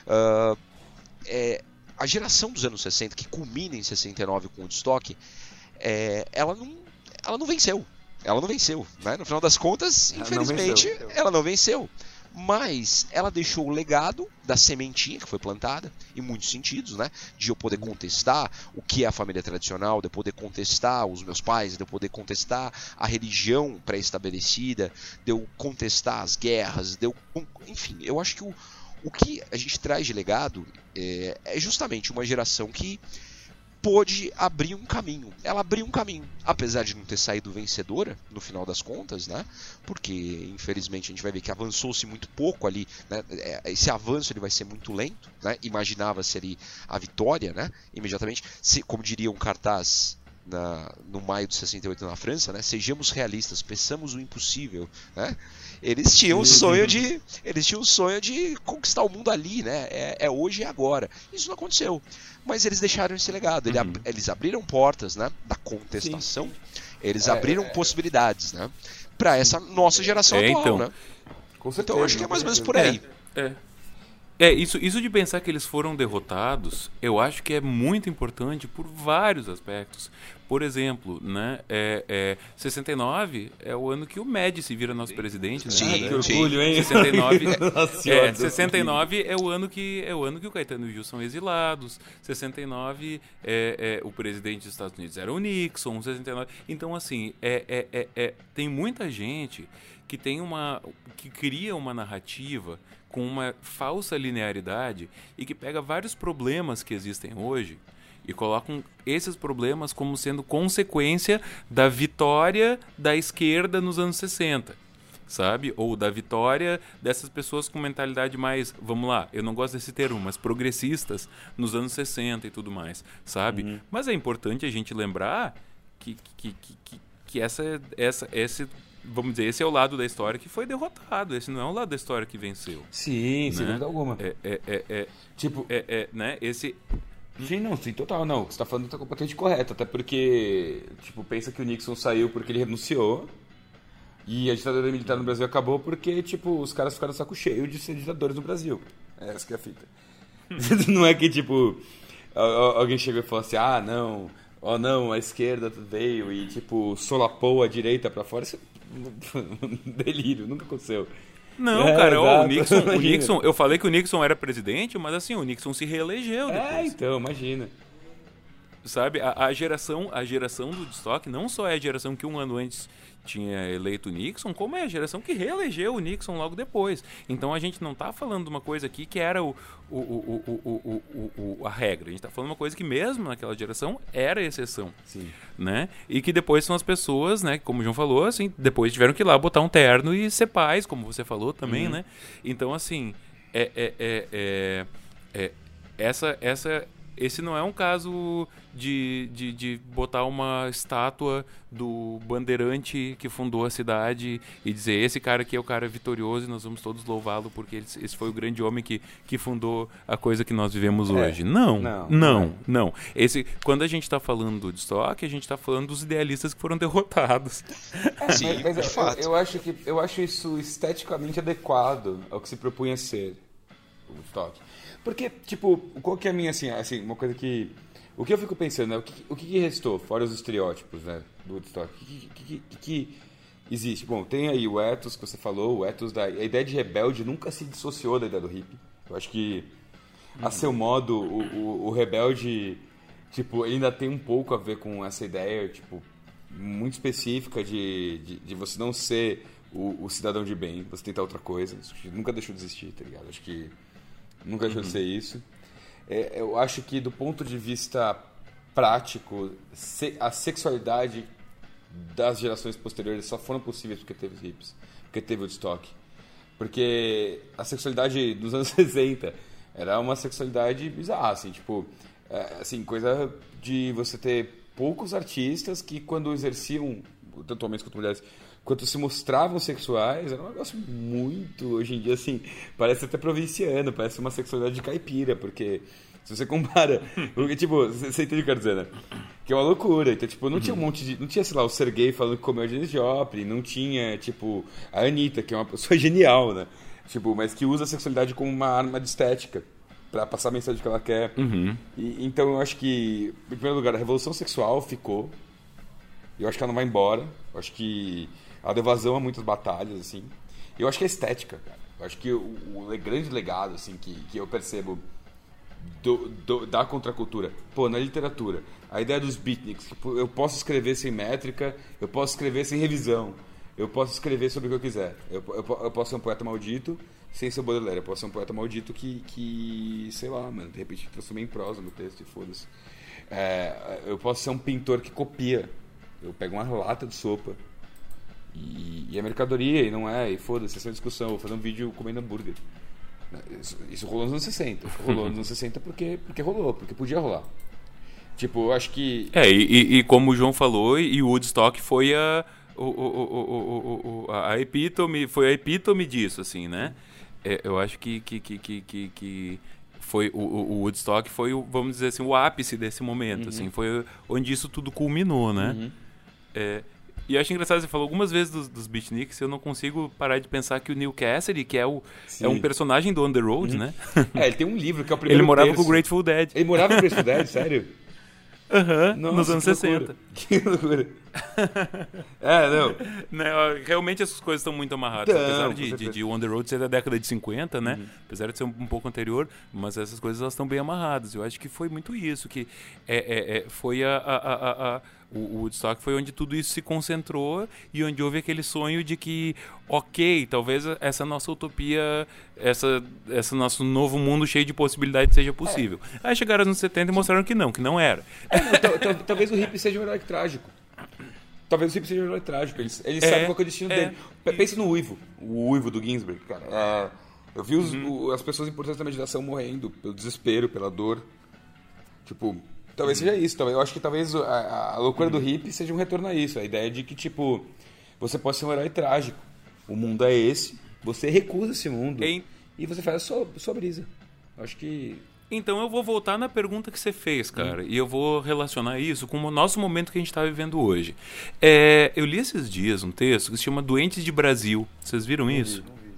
a geração dos anos 60, que culmina em 69 com o Woodstock, ela não venceu. Ela não venceu, né? No final das contas, infelizmente, ela não venceu. Mas ela deixou o legado da sementinha que foi plantada, em muitos sentidos, né? De eu poder contestar o que é a família tradicional, de eu poder contestar os meus pais, de eu poder contestar a religião pré-estabelecida, de eu contestar as guerras, enfim, eu acho que o que a gente traz de legado é justamente uma geração que pôde abrir um caminho. Ela abriu um caminho, apesar de não ter saído vencedora no final das contas, né? Porque infelizmente a gente vai ver que avançou-se muito pouco ali, né? Esse avanço ele vai ser muito lento, né? Imaginava-se ali a vitória, né? Imediatamente, como diria um cartaz no maio de 68 na França, né? Sejamos realistas, peçamos o impossível, né? Eles tinham o sonho de conquistar o mundo ali, né? É hoje e agora. Isso não aconteceu. Mas eles deixaram esse legado. Eles abriram portas, né, da contestação. Sim. Eles abriram possibilidades, né, para essa nossa geração atual, então, né? Com certeza, então acho que é mais ou menos por aí. Isso de pensar que eles foram derrotados, eu acho que é muito importante por vários aspectos. Por exemplo, né, 69 é o ano que o Médici vira nosso presidente, né? Sim, que orgulho, hein? 69 é o ano que o Caetano e o Gil são exilados. 69 o presidente dos Estados Unidos era o Nixon. 69, então assim, tem muita gente que que cria uma narrativa com uma falsa linearidade e que pega vários problemas que existem hoje e colocam esses problemas como sendo consequência da vitória da esquerda nos anos 60, sabe? Ou da vitória dessas pessoas com mentalidade mais, vamos lá, eu não gosto desse termo, mas progressistas nos anos 60 e tudo mais, sabe? Mas é importante a gente lembrar que esse, vamos dizer, esse é o lado da história que foi derrotado, esse não é o lado da história que venceu. Sim, sem dúvida alguma. Né? Esse... Sim, não, sim, total, não. O que você tá falando tá completamente correto, até porque, tipo, pensa que o Nixon saiu porque ele renunciou e a ditadura militar no Brasil acabou porque, tipo, os caras ficaram saco cheio de ser ditadores no Brasil. Essa que é a fita. Não é que, tipo, alguém chegou e falou assim, não, a esquerda veio e, tipo, solapou a direita pra fora. Isso delírio, nunca aconteceu. Não, cara, o Nixon, eu falei que o Nixon era presidente, mas assim, o Nixon se reelegeu depois. Então, imagina. Sabe, a geração do Woodstock não só é a geração que um ano antes tinha eleito o Nixon, como é a geração que reelegeu o Nixon logo depois. Então a gente não está falando de uma coisa aqui que era a regra. A gente está falando uma coisa que mesmo naquela geração era a exceção. Sim. Né? E que depois são as pessoas, né, como o João falou, assim, depois tiveram que ir lá botar um terno e ser pais, como você falou também, né? Então, assim, esse não é um caso de botar uma estátua do bandeirante que fundou a cidade e dizer, esse cara aqui é o cara vitorioso e nós vamos todos louvá-lo porque esse foi o grande homem que fundou a coisa que nós vivemos hoje. Não. Quando a gente está falando do Woodstock, a gente está falando dos idealistas que foram derrotados. Sim, mas de fato. eu acho isso esteticamente adequado ao que se propunha ser o Woodstock. Porque, tipo, qual que é a minha, assim, uma coisa que... O que eu fico pensando, né? O que restou, fora os estereótipos, né, do Woodstock? O que existe? Bom, tem aí o ethos que você falou, o ethos a ideia de rebelde nunca se dissociou da ideia do hippie. Eu acho que, a seu modo, o rebelde, tipo, ainda tem um pouco a ver com essa ideia, tipo, muito específica de você não ser o cidadão de bem, você tentar outra coisa. Isso nunca deixou de existir, tá ligado? Acho que nunca deixou de ser isso. Eu acho que, do ponto de vista prático, a sexualidade das gerações posteriores só foram possíveis porque teve os hippies, porque teve o Woodstock. Porque a sexualidade dos anos 60 era uma sexualidade bizarra, assim, tipo, assim, coisa de você ter poucos artistas que, quando exerciam, tanto homens quanto mulheres, quando se mostravam sexuais, era um negócio muito, hoje em dia, assim, parece até provinciano, parece uma sexualidade de caipira, porque se você compara, porque, tipo, você entende o que eu quero dizer, né? Que é uma loucura, então, tipo, não tinha um monte de, não tinha, sei lá, o Sergei falando que comeu a Janis Joplin, não tinha, tipo, a Anitta, que é uma pessoa genial, né? Tipo, mas que usa a sexualidade como uma arma de estética, pra passar a mensagem que ela quer. Então, eu acho que, em primeiro lugar, a revolução sexual ficou, eu acho que ela não vai embora, eu acho que ela deu vazão a muitas batalhas, assim. Eu acho que a estética, cara. Eu acho que o grande legado, assim, que eu percebo da contracultura, na literatura, a ideia dos beatniks, tipo, eu posso escrever sem métrica, eu posso escrever sem revisão, eu posso escrever sobre o que eu quiser. Eu posso ser um poeta maldito sem ser Baudelaire, eu posso ser um poeta maldito que sei lá, mano, de repente transformei em prosa no texto e foda-se. Eu posso ser um pintor que copia. Eu pego uma lata de sopa e é mercadoria, e não é, e foda-se, essa é uma discussão, vou fazer um vídeo comendo hambúrguer. Isso rolou nos anos 60. Rolou nos anos 60 porque rolou, porque podia rolar. Tipo, eu acho que... E como o João falou, e o Woodstock foi a epítome, foi a epítome disso, assim, né? Eu acho que foi o Woodstock foi, vamos dizer assim, o ápice desse momento, assim, foi onde isso tudo culminou, né? E eu acho engraçado, você falou algumas vezes dos beatniks, eu não consigo parar de pensar que o Neil Cassidy, que é um personagem do On The Road, né? Ele tem um livro que é o primeiro Ele morava terço. com o Grateful Dead. Ele morava com o Grateful Dead, sério? Nossa, nos anos 60. Que loucura. Realmente essas coisas estão muito amarradas. Apesar de On The Road ser da década de 50, né? Apesar de ser um pouco anterior, mas essas coisas elas estão bem amarradas. Eu acho que foi muito isso, que foi o Woodstock foi onde tudo isso se concentrou e onde houve aquele sonho de que, ok, talvez essa nossa utopia, esse nosso novo mundo cheio de possibilidades seja possível. Aí chegaram nos 70 e mostraram que não era. Talvez o hippie seja um herói trágico. Talvez o hippie seja um herói trágico. Ele sabe qual é o destino dele. Pensa no Uivo. O Uivo do Ginsberg, cara. Eu vi as pessoas importantes da meditação morrendo pelo desespero, pela dor. Tipo... Talvez seja isso. Eu acho que talvez a loucura do hippie seja um retorno a isso. A ideia de que, tipo, você pode ser um herói trágico. O mundo é esse, você recusa esse mundo e você faz a sua brisa. Eu acho que... Então eu vou voltar na pergunta que você fez, cara, e eu vou relacionar isso com o nosso momento que a gente está vivendo hoje. Eu li esses dias um texto que se chama Doentes de Brasil. Vocês viram isso?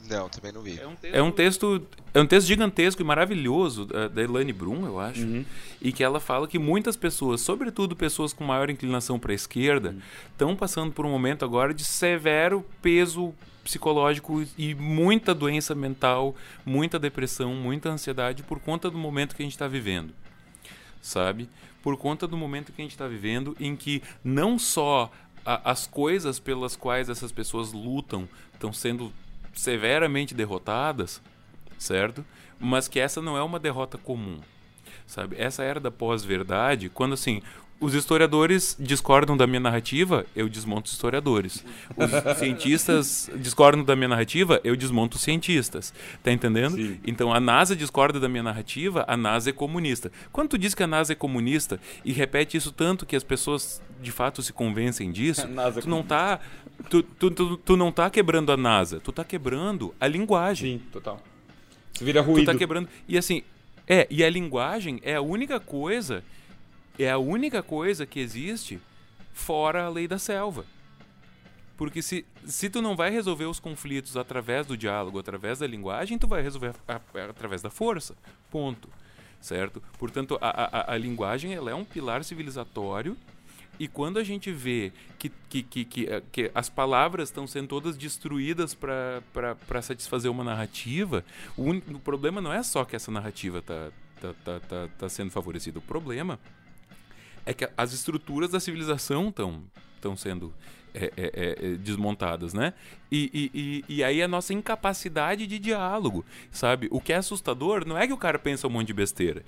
Não, também não vi. É um texto gigantesco e maravilhoso da Elaine Brum, eu acho, e que ela fala que muitas pessoas, sobretudo pessoas com maior inclinação para a esquerda, estão passando por um momento agora de severo peso psicológico e muita doença mental, muita depressão, muita ansiedade por conta do momento que a gente está vivendo, sabe? Por conta do momento que a gente está vivendo, em que não só as coisas pelas quais essas pessoas lutam estão sendo severamente derrotadas, certo? Mas que essa não é uma derrota comum, sabe? Essa era da pós-verdade, quando assim, os historiadores discordam da minha narrativa, eu desmonto os historiadores. Os cientistas discordam da minha narrativa, eu desmonto os cientistas. Tá entendendo? Sim. Então a NASA discorda da minha narrativa, a NASA é comunista. Quando tu diz que a NASA é comunista e repete isso tanto que as pessoas de fato se convencem disso, tu não tá tu não tá quebrando a NASA, tu tá quebrando a linguagem. Sim, total. Isso vira ruído. Tu tá quebrando. E assim, e a linguagem é a única coisa que existe fora a lei da selva. Porque se tu não vai resolver os conflitos através do diálogo, através da linguagem, tu vai resolver através da força. Ponto. Certo? Portanto, a linguagem ela é um pilar civilizatório, e quando a gente vê que as palavras estão sendo todas destruídas para satisfazer uma narrativa, o problema não é só que essa narrativa tá sendo favorecida. O problema é que as estruturas da civilização estão sendo desmontadas, né? E aí a nossa incapacidade de diálogo, sabe? O que é assustador não é que o cara pensa um monte de besteira,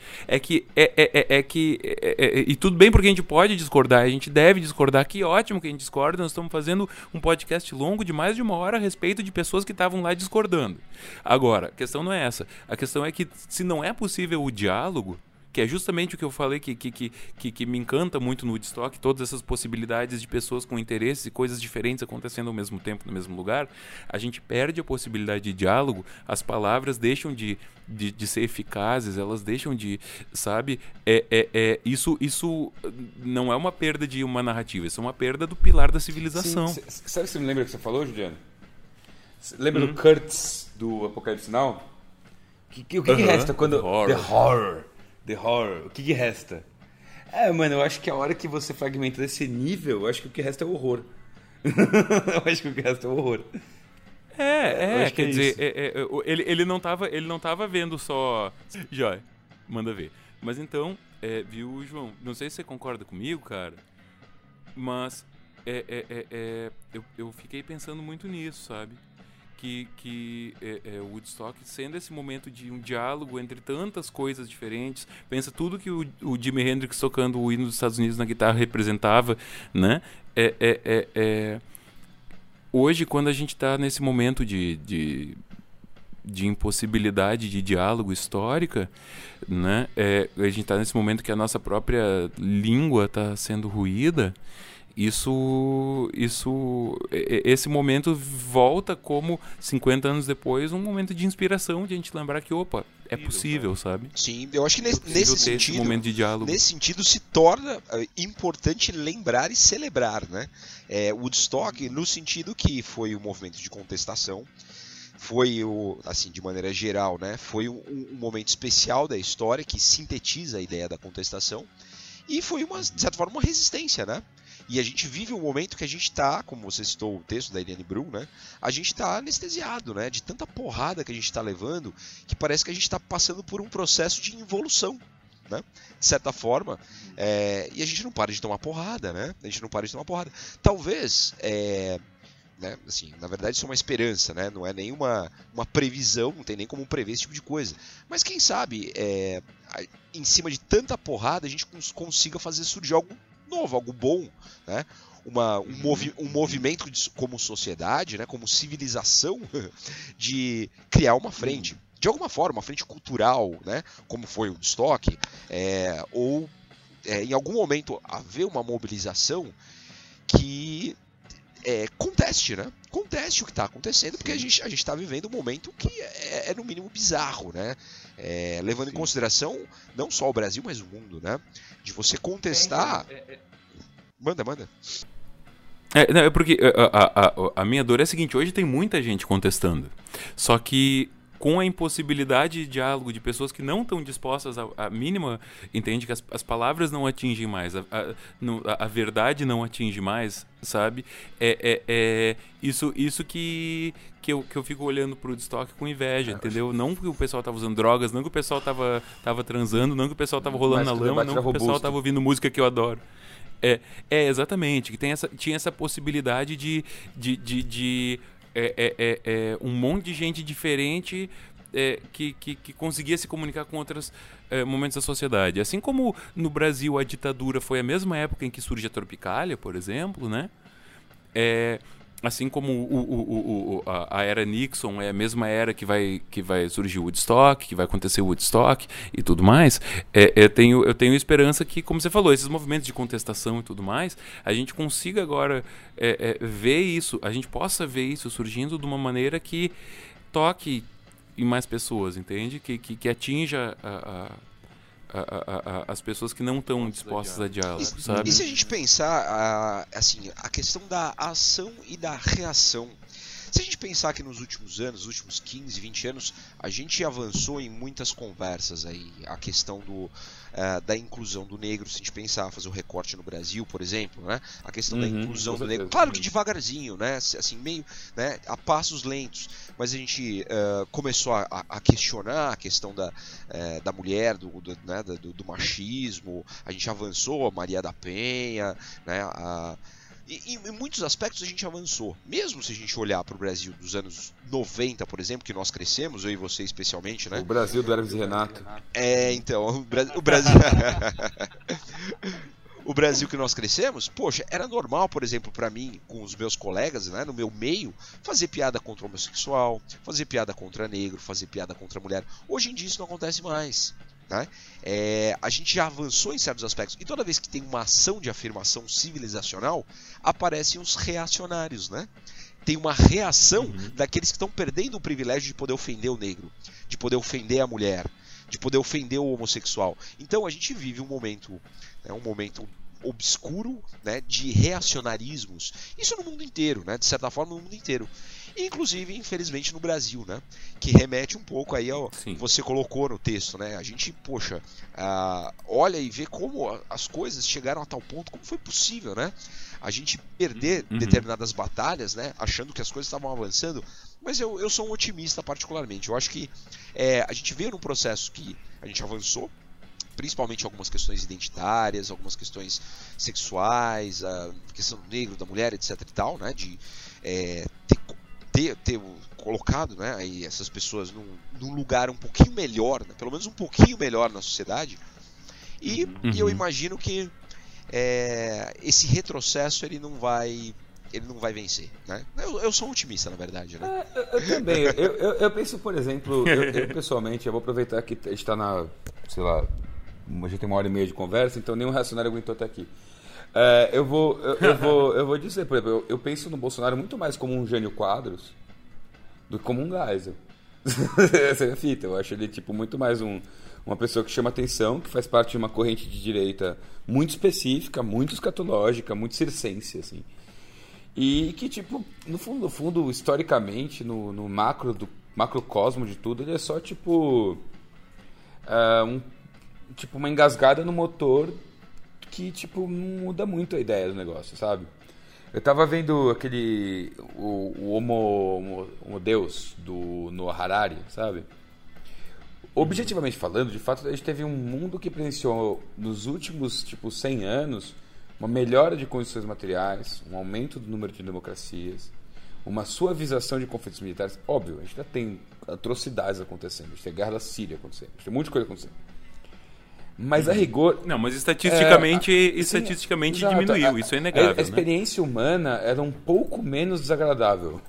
e tudo bem porque a gente pode discordar, a gente deve discordar, que ótimo que a gente discorda, nós estamos fazendo um podcast longo de mais de 1 hora a respeito de pessoas que estavam lá discordando. Agora, a questão não é essa, a questão é que se não é possível o diálogo, que é justamente o que eu falei que me encanta muito no Woodstock, todas essas possibilidades de pessoas com interesses e coisas diferentes acontecendo ao mesmo tempo no mesmo lugar, a gente perde a possibilidade de diálogo, as palavras deixam de ser eficazes, elas deixam de, sabe, isso não é uma perda de uma narrativa, isso é uma perda do pilar da civilização. Sim, sabe o que você me lembra que você falou, Juliano? Você lembra do Kurtz, do Apocalipse Now? O que resta quando... The horror. O que resta? Mano, eu acho que a hora que você fragmenta desse nível, eu acho que o que resta é o horror. Eu acho que o que resta é o horror. Quer dizer, ele não tava vendo só... Jóia, manda ver. Mas então, viu, João? Não sei se você concorda comigo, cara, mas eu fiquei pensando muito nisso, sabe? Que o Woodstock sendo esse momento de um diálogo entre tantas coisas diferentes, pensa tudo que o Jimi Hendrix tocando o hino dos Estados Unidos na guitarra representava, né? Hoje, quando a gente está nesse momento de impossibilidade de diálogo histórica, né? A gente está nesse momento que a nossa própria língua está sendo ruída. Esse momento volta como 50 anos depois um momento de inspiração, de a gente lembrar que é possível, sabe? Sim, eu acho que nesse sentido, momento de diálogo. Nesse sentido se torna importante lembrar e celebrar, né? Woodstock, no sentido que foi um movimento de contestação, foi assim, de maneira geral, né? Foi um momento especial da história que sintetiza a ideia da contestação, e foi de certa forma uma resistência, né? E a gente vive um momento que a gente está, como você citou o texto da Elaine Brum, né? A gente está anestesiado, né? De tanta porrada que a gente está levando, que parece que a gente está passando por um processo de involução, né? De certa forma. E a gente não para de tomar porrada, né? A gente não para de tomar porrada. Talvez, né? Assim, na verdade isso é uma esperança, né? Não é nenhuma uma previsão, não tem nem como prever esse tipo de coisa. Mas quem sabe, em cima de tanta porrada, a gente consiga fazer surgir algo novo, algo bom, né? Um movimento como sociedade, né? Como civilização, de criar uma frente, de alguma forma, uma frente cultural, né? Como foi o Woodstock, ou em algum momento haver uma mobilização que conteste, né? Conteste o que está acontecendo, porque a gente está vivendo um momento que é no mínimo bizarro, né? Levando em consideração não só o Brasil, mas o mundo, né? De você contestar... Manda. Não, é porque a minha dor é a seguinte, hoje tem muita gente contestando, só que com a impossibilidade de diálogo de pessoas que não estão dispostas a mínima, entende? Que as palavras não atingem mais, a verdade não atinge mais, sabe? Isso que eu fico olhando pro Woodstock com inveja, entendeu? Não que o pessoal tava usando drogas, não que o pessoal tava transando, não que o pessoal tava rolando na lama, não que o pessoal tava ouvindo música que eu adoro. Exatamente, que tinha essa possibilidade de um monte de gente diferente que conseguia se comunicar com outros momentos da sociedade. Assim como no Brasil a ditadura foi a mesma época em que surge a Tropicália, por exemplo, né? Assim como a era Nixon é a mesma era que vai surgir o Woodstock, que vai acontecer o Woodstock e tudo mais, eu tenho esperança que, como você falou, esses movimentos de contestação e tudo mais, a gente consiga agora ver isso, a gente possa ver isso surgindo de uma maneira que toque em mais pessoas, entende? Que atinja as pessoas que não estão dispostas a diálogo, sabe? E se a gente pensar assim, a questão da ação e da reação? Se a gente pensar que nos últimos anos, nos últimos 15, 20 anos, a gente avançou em muitas conversas aí, a questão da inclusão do negro, se a gente pensar, fazer o recorte no Brasil, por exemplo, né? A questão da inclusão do negro, claro que devagarzinho, né? Assim, meio, né? A passos lentos, mas a gente começou a questionar a questão da mulher, do machismo, a gente avançou, a Maria da Penha, né? Em muitos aspectos a gente avançou. Mesmo se a gente olhar para o Brasil dos anos 90, por exemplo, que nós crescemos, eu e você especialmente, né? O Brasil do Hermes e Renato. Então, o Brasil... O Brasil que nós crescemos, poxa, era normal, por exemplo, para mim, com os meus colegas, né, no meu meio, fazer piada contra o homossexual, fazer piada contra negro, fazer piada contra mulher. Hoje em dia isso não acontece mais. Né? A gente já avançou em certos aspectos e toda vez que tem uma ação de afirmação civilizacional, aparecem os reacionários, né? Tem uma reação daqueles que estão perdendo o privilégio de poder ofender o negro, de poder ofender a mulher, de poder ofender o homossexual. Então a gente vive um momento obscuro, né, de reacionarismos. Isso no mundo inteiro, né, de certa forma no mundo inteiro. Inclusive, infelizmente, no Brasil, né, que remete um pouco aí ao que você colocou no texto, né? A gente, poxa, olha e vê como as coisas chegaram a tal ponto, como foi possível, né? A gente perder determinadas batalhas, né, achando que as coisas estavam avançando. Mas eu sou um otimista particularmente. Eu acho que a gente veio num processo que a gente avançou, principalmente algumas questões identitárias, algumas questões sexuais, a questão do negro, da mulher, etc e tal, né, de ter colocado, né, aí essas pessoas num lugar um pouquinho melhor, né, pelo menos um pouquinho melhor na sociedade, e eu imagino que esse retrocesso ele não vai vencer, né? Eu sou um otimista, na verdade, né? Eu também. Eu penso, por exemplo, eu pessoalmente, eu vou aproveitar que a gente está na, sei lá, a gente tem 1h30 de conversa, então nenhum reacionário aguentou até aqui. Eu vou dizer, por exemplo, eu penso no Bolsonaro muito mais como um Jânio Quadros do que como um Geisel. Essa é a fita. Eu acho ele tipo muito mais uma pessoa que chama atenção, que faz parte de uma corrente de direita muito específica, muito escatológica, muito circense, assim. E que, tipo, no fundo, historicamente, no macrocosmo de tudo, ele é só, tipo, uma engasgada no motor que, tipo, não muda muito a ideia do negócio, sabe? Eu tava vendo o Homo Deus do Noah Harari, sabe? Objetivamente falando, de fato, a gente teve um mundo que presenciou nos últimos, 100 anos uma melhora de condições materiais, um aumento do número de democracias, uma suavização de conflitos militares. Óbvio, a gente ainda tem atrocidades acontecendo, a gente tem a guerra da Síria acontecendo, a gente tem um monte de coisa acontecendo. Mas a rigor... Não, mas estatisticamente diminuiu, isso é inegável. A experiência humana era um pouco menos desagradável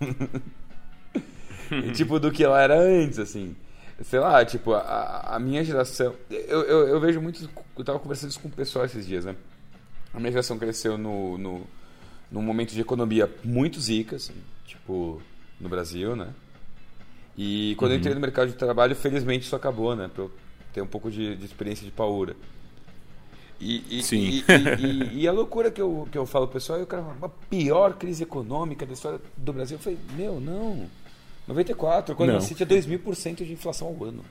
do que ela era antes, assim. Sei lá, a minha geração... Eu vejo muito... Eu tava conversando isso com o pessoal esses dias, né? A minha geração cresceu num momento de economia muito zica, assim, no Brasil, né? E quando eu entrei no mercado de trabalho, felizmente isso acabou, né? Pra eu ter um pouco de experiência de paura. Sim. E a loucura que eu falo pro pessoal, eu quero a pior crise econômica da história do Brasil. Eu falei, não. 94, quando eu nasci, tinha 2.000% de inflação ao ano.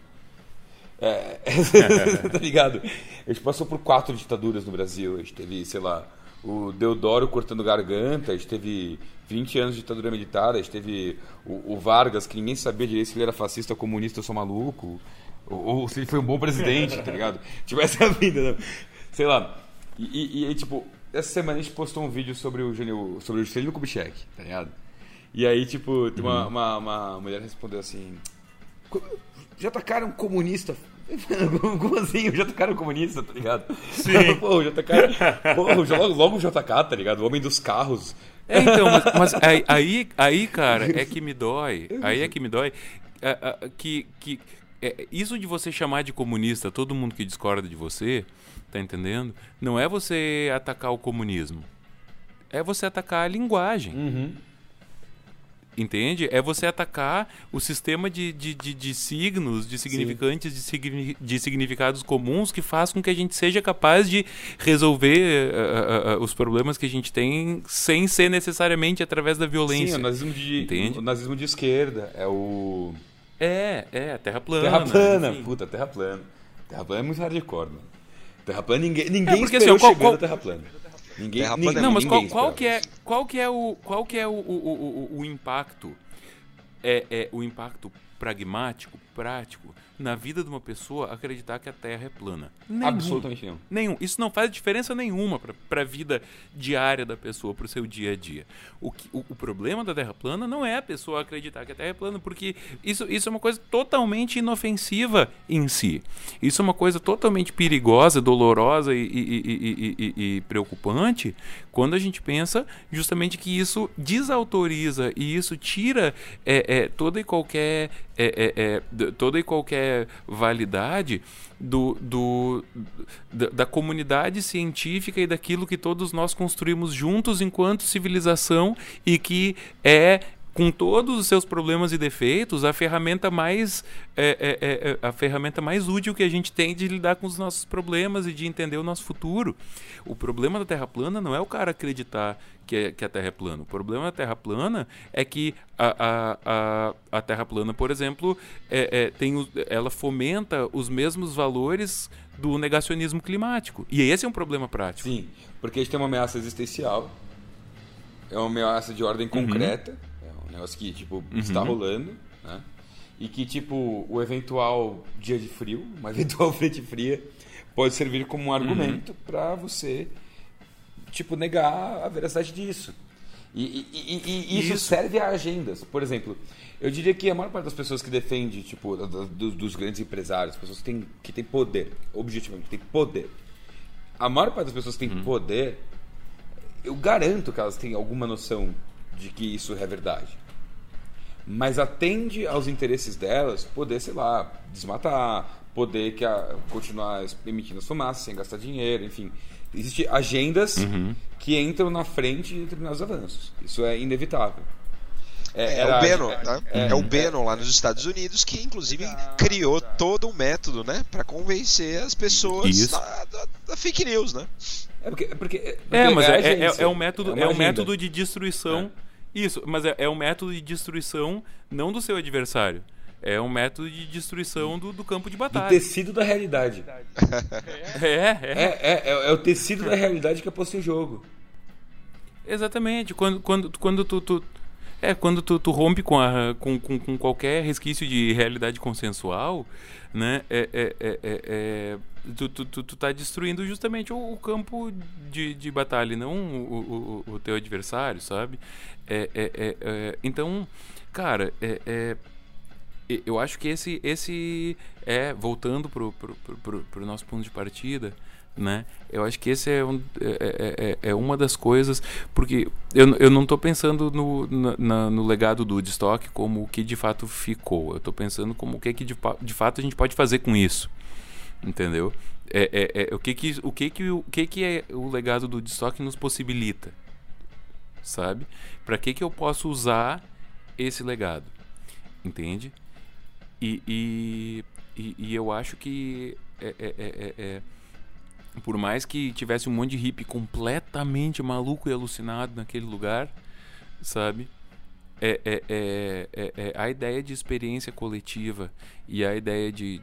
Tá ligado? A gente passou por 4 ditaduras no Brasil. A gente teve, sei lá, o Deodoro cortando garganta, a gente teve 20 anos de ditadura militar, a gente teve o Vargas, que ninguém sabia direito se ele era fascista ou comunista ou só maluco, ou se ele foi um bom presidente, tá ligado? Tipo, essa é a vida, né? Sei lá. E aí, tipo, essa semana a gente postou um vídeo sobre o Juscelino Kubitschek, tá ligado? E aí, tipo, tem uma mulher respondeu assim: já tacaram comunista? Como assim? O JK era comunista, tá ligado? Sim. Pô, o JK. Logo o JK, tá ligado? O homem dos carros. Então, mas aí, cara, é que me dói. Aí é que me dói. Isso de você chamar de comunista todo mundo que discorda de você, tá entendendo? Não é você atacar o comunismo. É você atacar a linguagem. Uhum. Entende? É você atacar o sistema de signos, de significantes, de significados comuns que faz com que a gente seja capaz de resolver os problemas que a gente tem sem ser necessariamente através da violência. Sim, o nazismo de esquerda. É o... a terra plana. Terra plana. Enfim. Puta, terra plana. Terra plana é muito hardcore, mano. Terra plana, ninguém porque, esperou assim, chegando a terra plana. Não, mas qual que é o impacto? O impacto pragmático, prático, na vida de uma pessoa acreditar que a Terra é plana? Absolutamente nenhum. Isso não faz diferença nenhuma para a vida diária da pessoa, para o seu dia a dia. O problema da Terra plana não é a pessoa acreditar que a Terra é plana, porque isso é uma coisa totalmente inofensiva em si. Isso é uma coisa totalmente perigosa, dolorosa e preocupante quando a gente pensa justamente que isso desautoriza e isso tira toda e qualquer validade da comunidade científica e daquilo que todos nós construímos juntos enquanto civilização e que é, com todos os seus problemas e defeitos, a ferramenta mais útil que a gente tem de lidar com os nossos problemas e de entender o nosso futuro. O problema da Terra plana não é o cara acreditar que a Terra é plana. O problema da Terra plana é que a Terra plana, por exemplo, ela fomenta os mesmos valores do negacionismo climático. E esse é um problema prático. Sim, porque a gente tem uma ameaça existencial, é uma ameaça de ordem concreta, é um negócio que tipo, está rolando, né? E que tipo, o eventual dia de frio, uma eventual frente fria, pode servir como um argumento para você tipo, negar a veracidade disso. E isso serve a agendas. Por exemplo, eu diria que a maior parte das pessoas que defende, tipo, dos grandes empresários, pessoas que têm poder, objetivamente, têm poder. A maior parte das pessoas que têm poder, eu garanto que elas têm alguma noção de que isso é verdade. Mas atende aos interesses delas poder, sei lá, desmatar, poder continuar emitindo as fumaças sem gastar dinheiro, enfim. Existem agendas que entram na frente de determinados avanços. Isso é inevitável. É o Bannon, né? É o Bannon lá nos Estados Unidos que, inclusive, criou todo um método, né, para convencer as pessoas da fake news, né? É um método de destruição. Isso, mas é um método de destruição não do seu adversário. É um método de destruição do campo de batalha. Do tecido da realidade. É o tecido da realidade que é posto em jogo. Exatamente. Quando tu rompe com qualquer resquício de realidade consensual, né, tu tá destruindo justamente o campo de batalha, não o teu adversário, sabe? Então, cara, eu acho que esse voltando pro nosso ponto de partida, né? Eu acho que esse é uma das coisas, porque eu não estou pensando no legado do Woodstock como o que de fato ficou. Eu estou pensando como o que de fato a gente pode fazer com isso, entendeu? O que é o legado do Woodstock nos possibilita, sabe? Para que eu posso usar esse legado, entende? E eu acho que por mais que tivesse um monte de hippie completamente maluco e alucinado naquele lugar, sabe? A ideia de experiência coletiva e a ideia de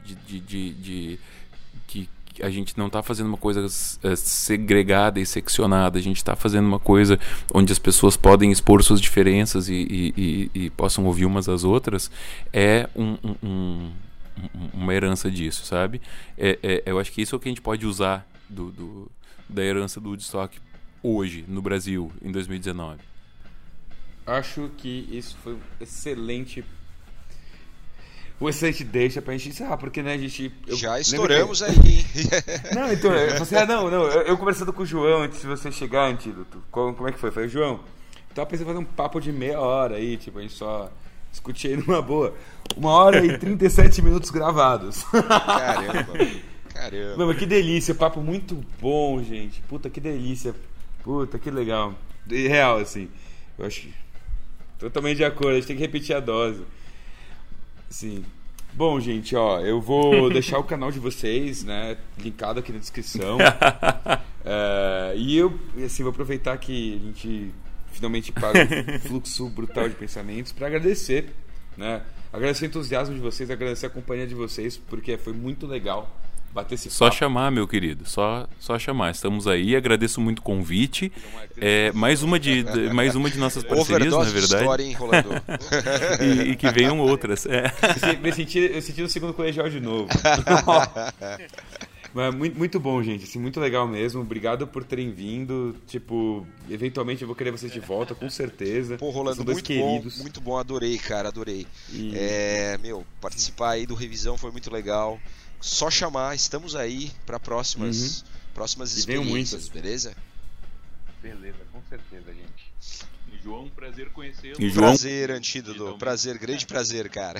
que a gente não está fazendo uma coisa segregada e seccionada, a gente está fazendo uma coisa onde as pessoas podem expor suas diferenças e possam ouvir umas às outras, é uma herança disso, sabe? Eu acho que isso é o que a gente pode usar da herança do Woodstock hoje, no Brasil, em 2019. Acho que isso foi excelente deixa pra gente encerrar, porque, né, a gente... Já estouramos aí, hein? Não, então, eu conversando com o João antes de você chegar, Antídoto, como é que foi? Falei, João, tava pensando em fazer um papo de meia hora aí, tipo, a gente só discutir aí numa boa. 1h e 37 minutos gravados. Caramba. Não, mas que delícia, papo muito bom, gente. Puta, que delícia. Puta, que legal. Real, assim. Eu acho que... Totalmente de acordo, a gente tem que repetir a dose. Sim. Bom, gente, ó, eu vou deixar o canal de vocês, né, linkado aqui na descrição. E eu, assim, vou aproveitar que a gente finalmente para o fluxo brutal de pensamentos para agradecer, né? Agradecer o entusiasmo de vocês, agradecer a companhia de vocês, porque foi muito legal bater esse papo. Só chamar, meu querido, só chamar. Estamos aí, agradeço muito o convite. Mais uma de nossas parcerias, na verdade. História, hein, Rolando? e que venham outras. Eu senti no segundo colegial de novo. Mas muito bom, gente, assim, muito legal mesmo. Obrigado por terem vindo. Tipo, eventualmente eu vou querer vocês de volta, com certeza. Pô, Rolando, muito bom, adorei, cara, adorei. Participar aí do Revisão foi muito legal. Só chamar, estamos aí para próximas experiências, beleza? Beleza, com certeza, gente. E João, prazer conhecê-lo. Prazer, Antídoto, prazer, grande prazer, cara.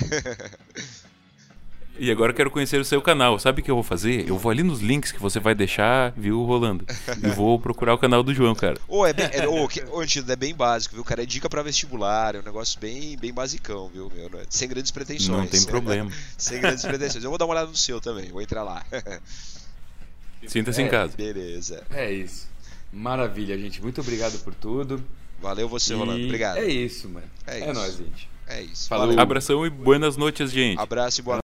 E agora eu quero conhecer o seu canal. Sabe o que eu vou fazer? Eu vou ali nos links que você vai deixar, viu, Rolando? E vou procurar o canal do João, cara. Antídoto, é bem básico, viu, cara? É dica pra vestibular, é um negócio bem basicão, viu, meu? Sem grandes pretensões. Não tem problema. Sem grandes pretensões. Eu vou dar uma olhada no seu também, vou entrar lá. Sinta-se em casa. Beleza. É isso. Maravilha, gente. Muito obrigado por tudo. Valeu você, Rolando. Obrigado. É isso, mano. É nóis, gente. É isso. Falou. Abração e buenas noites, gente. Abraço e boa noite.